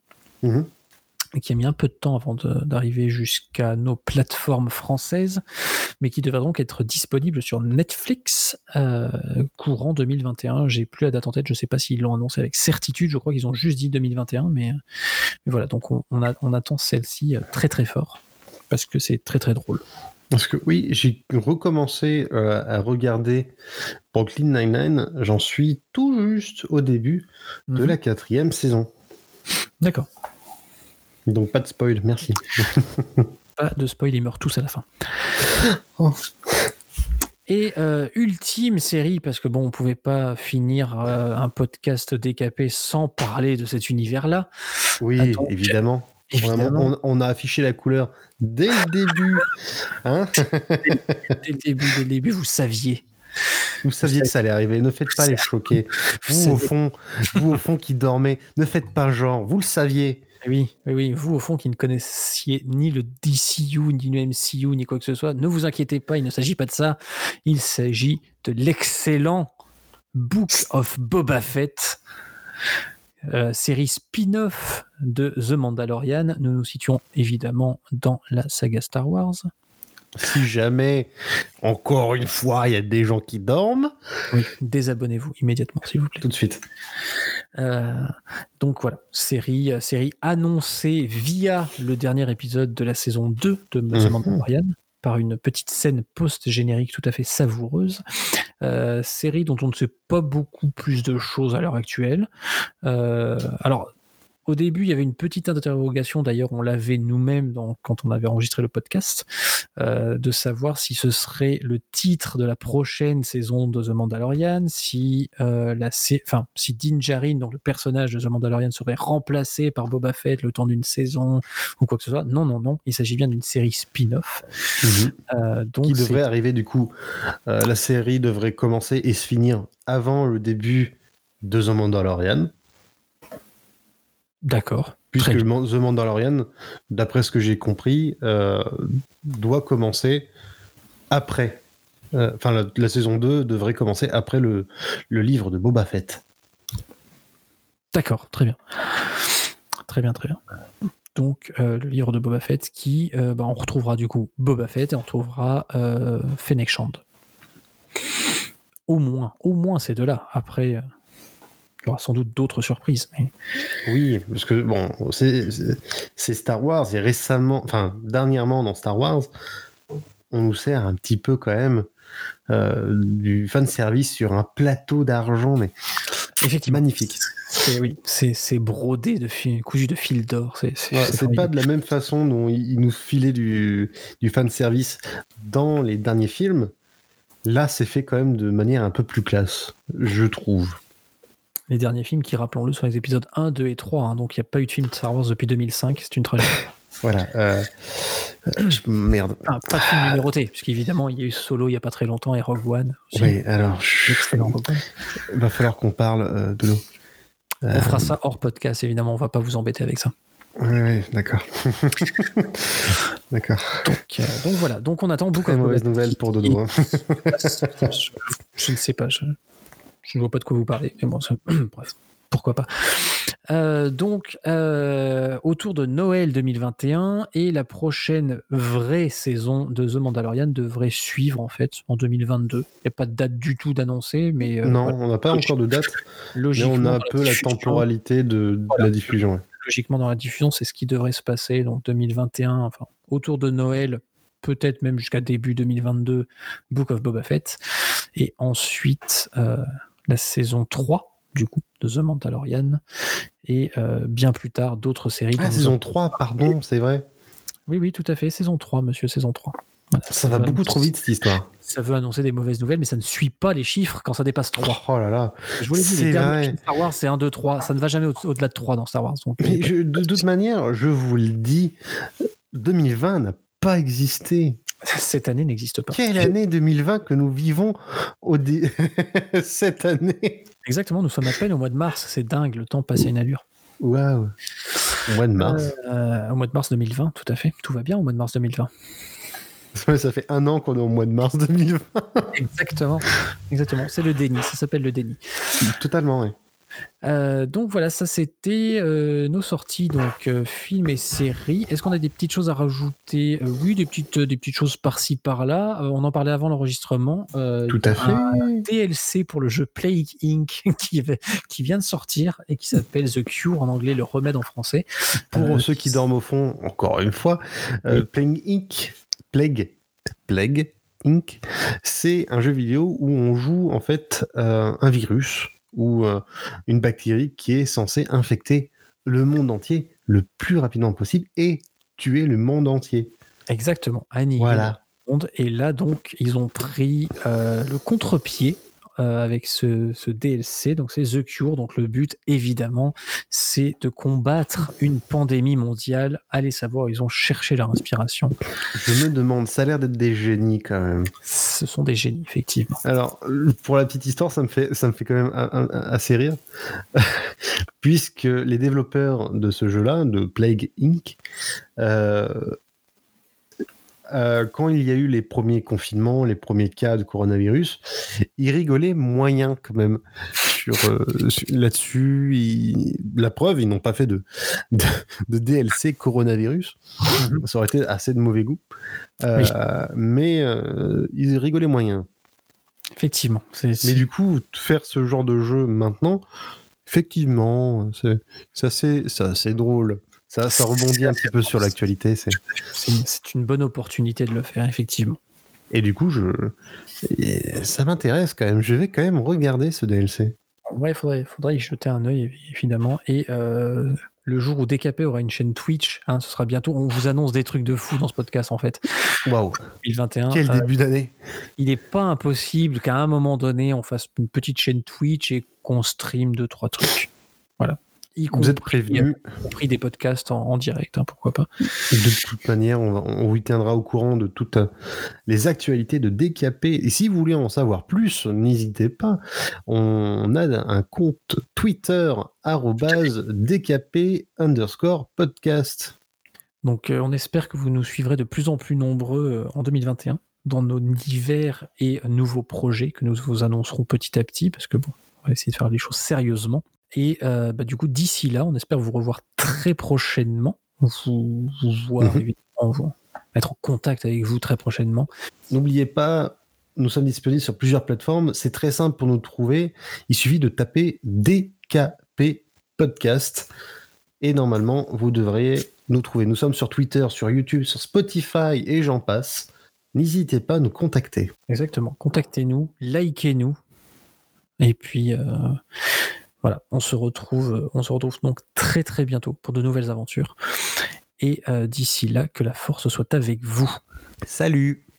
Et qui a mis un peu de temps avant d'arriver jusqu'à nos plateformes françaises, mais qui devrait donc être disponible sur Netflix courant 2021. J'ai plus la date en tête, je ne sais pas s'ils l'ont annoncé avec certitude, je crois qu'ils ont juste dit 2021, mais voilà, donc on attend celle-ci très très fort, parce que c'est très très drôle. Parce que oui, j'ai recommencé à regarder Brooklyn Nine-Nine, j'en suis tout juste au début de la 4e saison. D'accord. Donc pas de spoil, merci. Pas de spoil, ils meurent tous à la fin. Oh. Et ultime série, parce que bon, on pouvait pas finir un podcast décapé sans parler de cet univers-là. Oui, donc, évidemment. Vraiment, on a affiché la couleur dès le début. Hein dès le début, vous saviez. Vous saviez que ça allait arriver. Ne faites pas les choquer. Vous au fond qui dormez, ne faites pas genre. Vous le saviez. Oui, vous au fond qui ne connaissiez ni le DCU, ni le MCU, ni quoi que ce soit, ne vous inquiétez pas, il ne s'agit pas de ça. Il s'agit de l'excellent Book of Boba Fett, série spin-off de The Mandalorian. Nous nous situons évidemment dans la saga Star Wars. si jamais, encore une fois, il y a des gens qui dorment... Oui, désabonnez-vous immédiatement, s'il vous plaît. Tout de suite. Donc voilà, série annoncée via le dernier épisode de la saison 2 de The Mandalorian, par une petite scène post-générique tout à fait savoureuse. Série dont on ne sait pas beaucoup plus de choses à l'heure actuelle. Alors, au début, il y avait une petite interrogation, d'ailleurs on l'avait nous-mêmes quand on avait enregistré le podcast, de savoir si ce serait le titre de la prochaine saison de The Mandalorian, si Din Djarin, donc le personnage de The Mandalorian, serait remplacé par Boba Fett le temps d'une saison ou quoi que ce soit. Non, il s'agit bien d'une série spin-off. Donc qui devrait arriver du coup. La série devrait commencer et se finir avant le début de The Mandalorian. D'accord. Puisque The Mandalorian, d'après ce que j'ai compris, doit commencer après. La saison 2 devrait commencer après le livre de Boba Fett. D'accord, très bien. Très bien. Donc, le livre de Boba Fett qui, on retrouvera du coup Boba Fett et on retrouvera Fennec Shand. Au moins ces deux-là. Après... il y aura sans doute d'autres surprises. Mais... Oui, parce que bon, c'est Star Wars et dernièrement dans Star Wars, on nous sert un petit peu quand même du fanservice sur un plateau d'argent, mais effectivement magnifique. C'est brodé cousu de fil d'or. C'est pas de la même façon dont ils nous filaient du fanservice dans les derniers films. Là, c'est fait quand même de manière un peu plus classe, je trouve. Les derniers films qui, rappelons-le, sont les épisodes 1, 2 et 3. Hein, donc il n'y a pas eu de film de Star Wars depuis 2005. C'est une tragédie. Voilà. Merde. Pas de film numéroté, puisqu'évidemment, il y a eu Solo il n'y a pas très longtemps et Rogue One aussi. Oui, alors... Rogue One. Il va falloir qu'on parle de l'eau. On fera ça hors podcast, évidemment. On ne va pas vous embêter avec ça. Oui, d'accord. D'accord. Donc voilà. Donc on attend beaucoup de mauvaises nouvelles pour Dodo. Hein. Je ne sais pas. Je ne vois pas de quoi vous parlez. Mais bon, bref. Pourquoi pas. Autour de Noël 2021 et la prochaine vraie saison de The Mandalorian devrait suivre en fait en 2022. Il n'y a pas de date du tout d'annoncée, mais non, on n'a pas encore de date. Logiquement, mais on a un peu la temporalité de la diffusion. Ouais. Logiquement, dans la diffusion, c'est ce qui devrait se passer. Donc 2021, enfin autour de Noël, peut-être même jusqu'à début 2022, Book of Boba Fett, et ensuite la saison 3. Du coup, de The Mandalorian, et bien plus tard, d'autres séries. Saison 3, pardon, c'est vrai. Oui, tout à fait, saison 3, monsieur, saison 3. Voilà, ça va beaucoup trop vite, cette histoire. Ça veut annoncer des mauvaises nouvelles, mais ça ne suit pas les chiffres quand ça dépasse 3. Oh là là. Je vous l'ai dit, les derniers films Star Wars, c'est 1, 2, 3. Ça ne va jamais au-delà de 3 dans Star Wars. Donc, mais de toute manière, je vous le dis, 2020 n'a pas existé. Cette année n'existe pas. Quelle année 2020 que nous vivons cette année? Exactement, nous sommes à peine au mois de mars. C'est dingue, le temps passe à une allure. Waouh. Au mois de mars. Au mois de mars 2020, tout à fait. Tout va bien au mois de mars 2020. Ça fait 1 an qu'on est au mois de mars 2020. Exactement. C'est le déni. Ça s'appelle le déni. Totalement, oui. Donc voilà, ça c'était nos sorties, donc films et séries. Est-ce qu'on a des petites choses à rajouter? Oui, des petites choses par-ci par-là. On en parlait avant l'enregistrement. Tout à fait. Un DLC pour le jeu Plague Inc. qui vient de sortir et qui s'appelle The Cure en anglais, le remède en français. Pour ceux qui dorment au fond, encore une fois, Plague Inc. C'est un jeu vidéo où on joue en fait un virus ou une bactérie qui est censée infecter le monde entier le plus rapidement possible et tuer le monde entier. Exactement, annihiler le monde. Et là, donc, ils ont pris le contre-pied avec ce DLC, donc c'est The Cure. Donc le but, évidemment, c'est de combattre une pandémie mondiale. Allez savoir, ils ont cherché leur inspiration. Je me demande, ça a l'air d'être des génies quand même. Ce sont des génies, effectivement. Alors, pour la petite histoire, ça me fait quand même assez rire, puisque les développeurs de ce jeu-là, de Plague Inc., quand il y a eu les premiers confinements, les premiers cas de coronavirus, ils rigolaient moyen quand même là-dessus. La preuve, ils n'ont pas fait de DLC coronavirus. Ça aurait été assez de mauvais goût. Oui. Mais ils rigolaient moyen. Effectivement. Mais du coup, faire ce genre de jeu maintenant, effectivement, c'est assez drôle. Ça rebondit un petit peu sur l'actualité. C'est une bonne opportunité de le faire, effectivement. Et du coup, ça m'intéresse quand même. Je vais quand même regarder ce DLC. Ouais, faudrait y jeter un œil, évidemment. Et le jour où DKP aura une chaîne Twitch, ce sera bientôt. On vous annonce des trucs de fou dans ce podcast, en fait. Waouh 2021. Quel début d'année. Il n'est pas impossible qu'à un moment donné, on fasse une petite chaîne Twitch et qu'on stream 2-3 trucs. Voilà. Vous êtes prévenus. Y compris des podcasts en direct, pourquoi pas. De toute manière, on vous tiendra au courant de toutes les actualités de DKP. Et si vous voulez en savoir plus, n'hésitez pas. On a un compte Twitter @DKP_podcast. Donc, on espère que vous nous suivrez de plus en plus nombreux en 2021 dans nos divers et nouveaux projets que nous vous annoncerons petit à petit, parce que bon, on va essayer de faire les choses sérieusement. Et du coup, d'ici là, on espère vous revoir très prochainement, vous voir, évidemment, vous mettre en contact avec vous très prochainement. N'oubliez pas, nous sommes disponibles sur plusieurs plateformes. C'est très simple pour nous trouver. Il suffit de taper DKP Podcast et normalement, vous devriez nous trouver. Nous sommes sur Twitter, sur YouTube, sur Spotify et j'en passe. N'hésitez pas à nous contacter. Exactement. Contactez-nous, likez-nous. Et puis... voilà, on se retrouve donc très très bientôt pour de nouvelles aventures. Et d'ici là, que la force soit avec vous. Salut!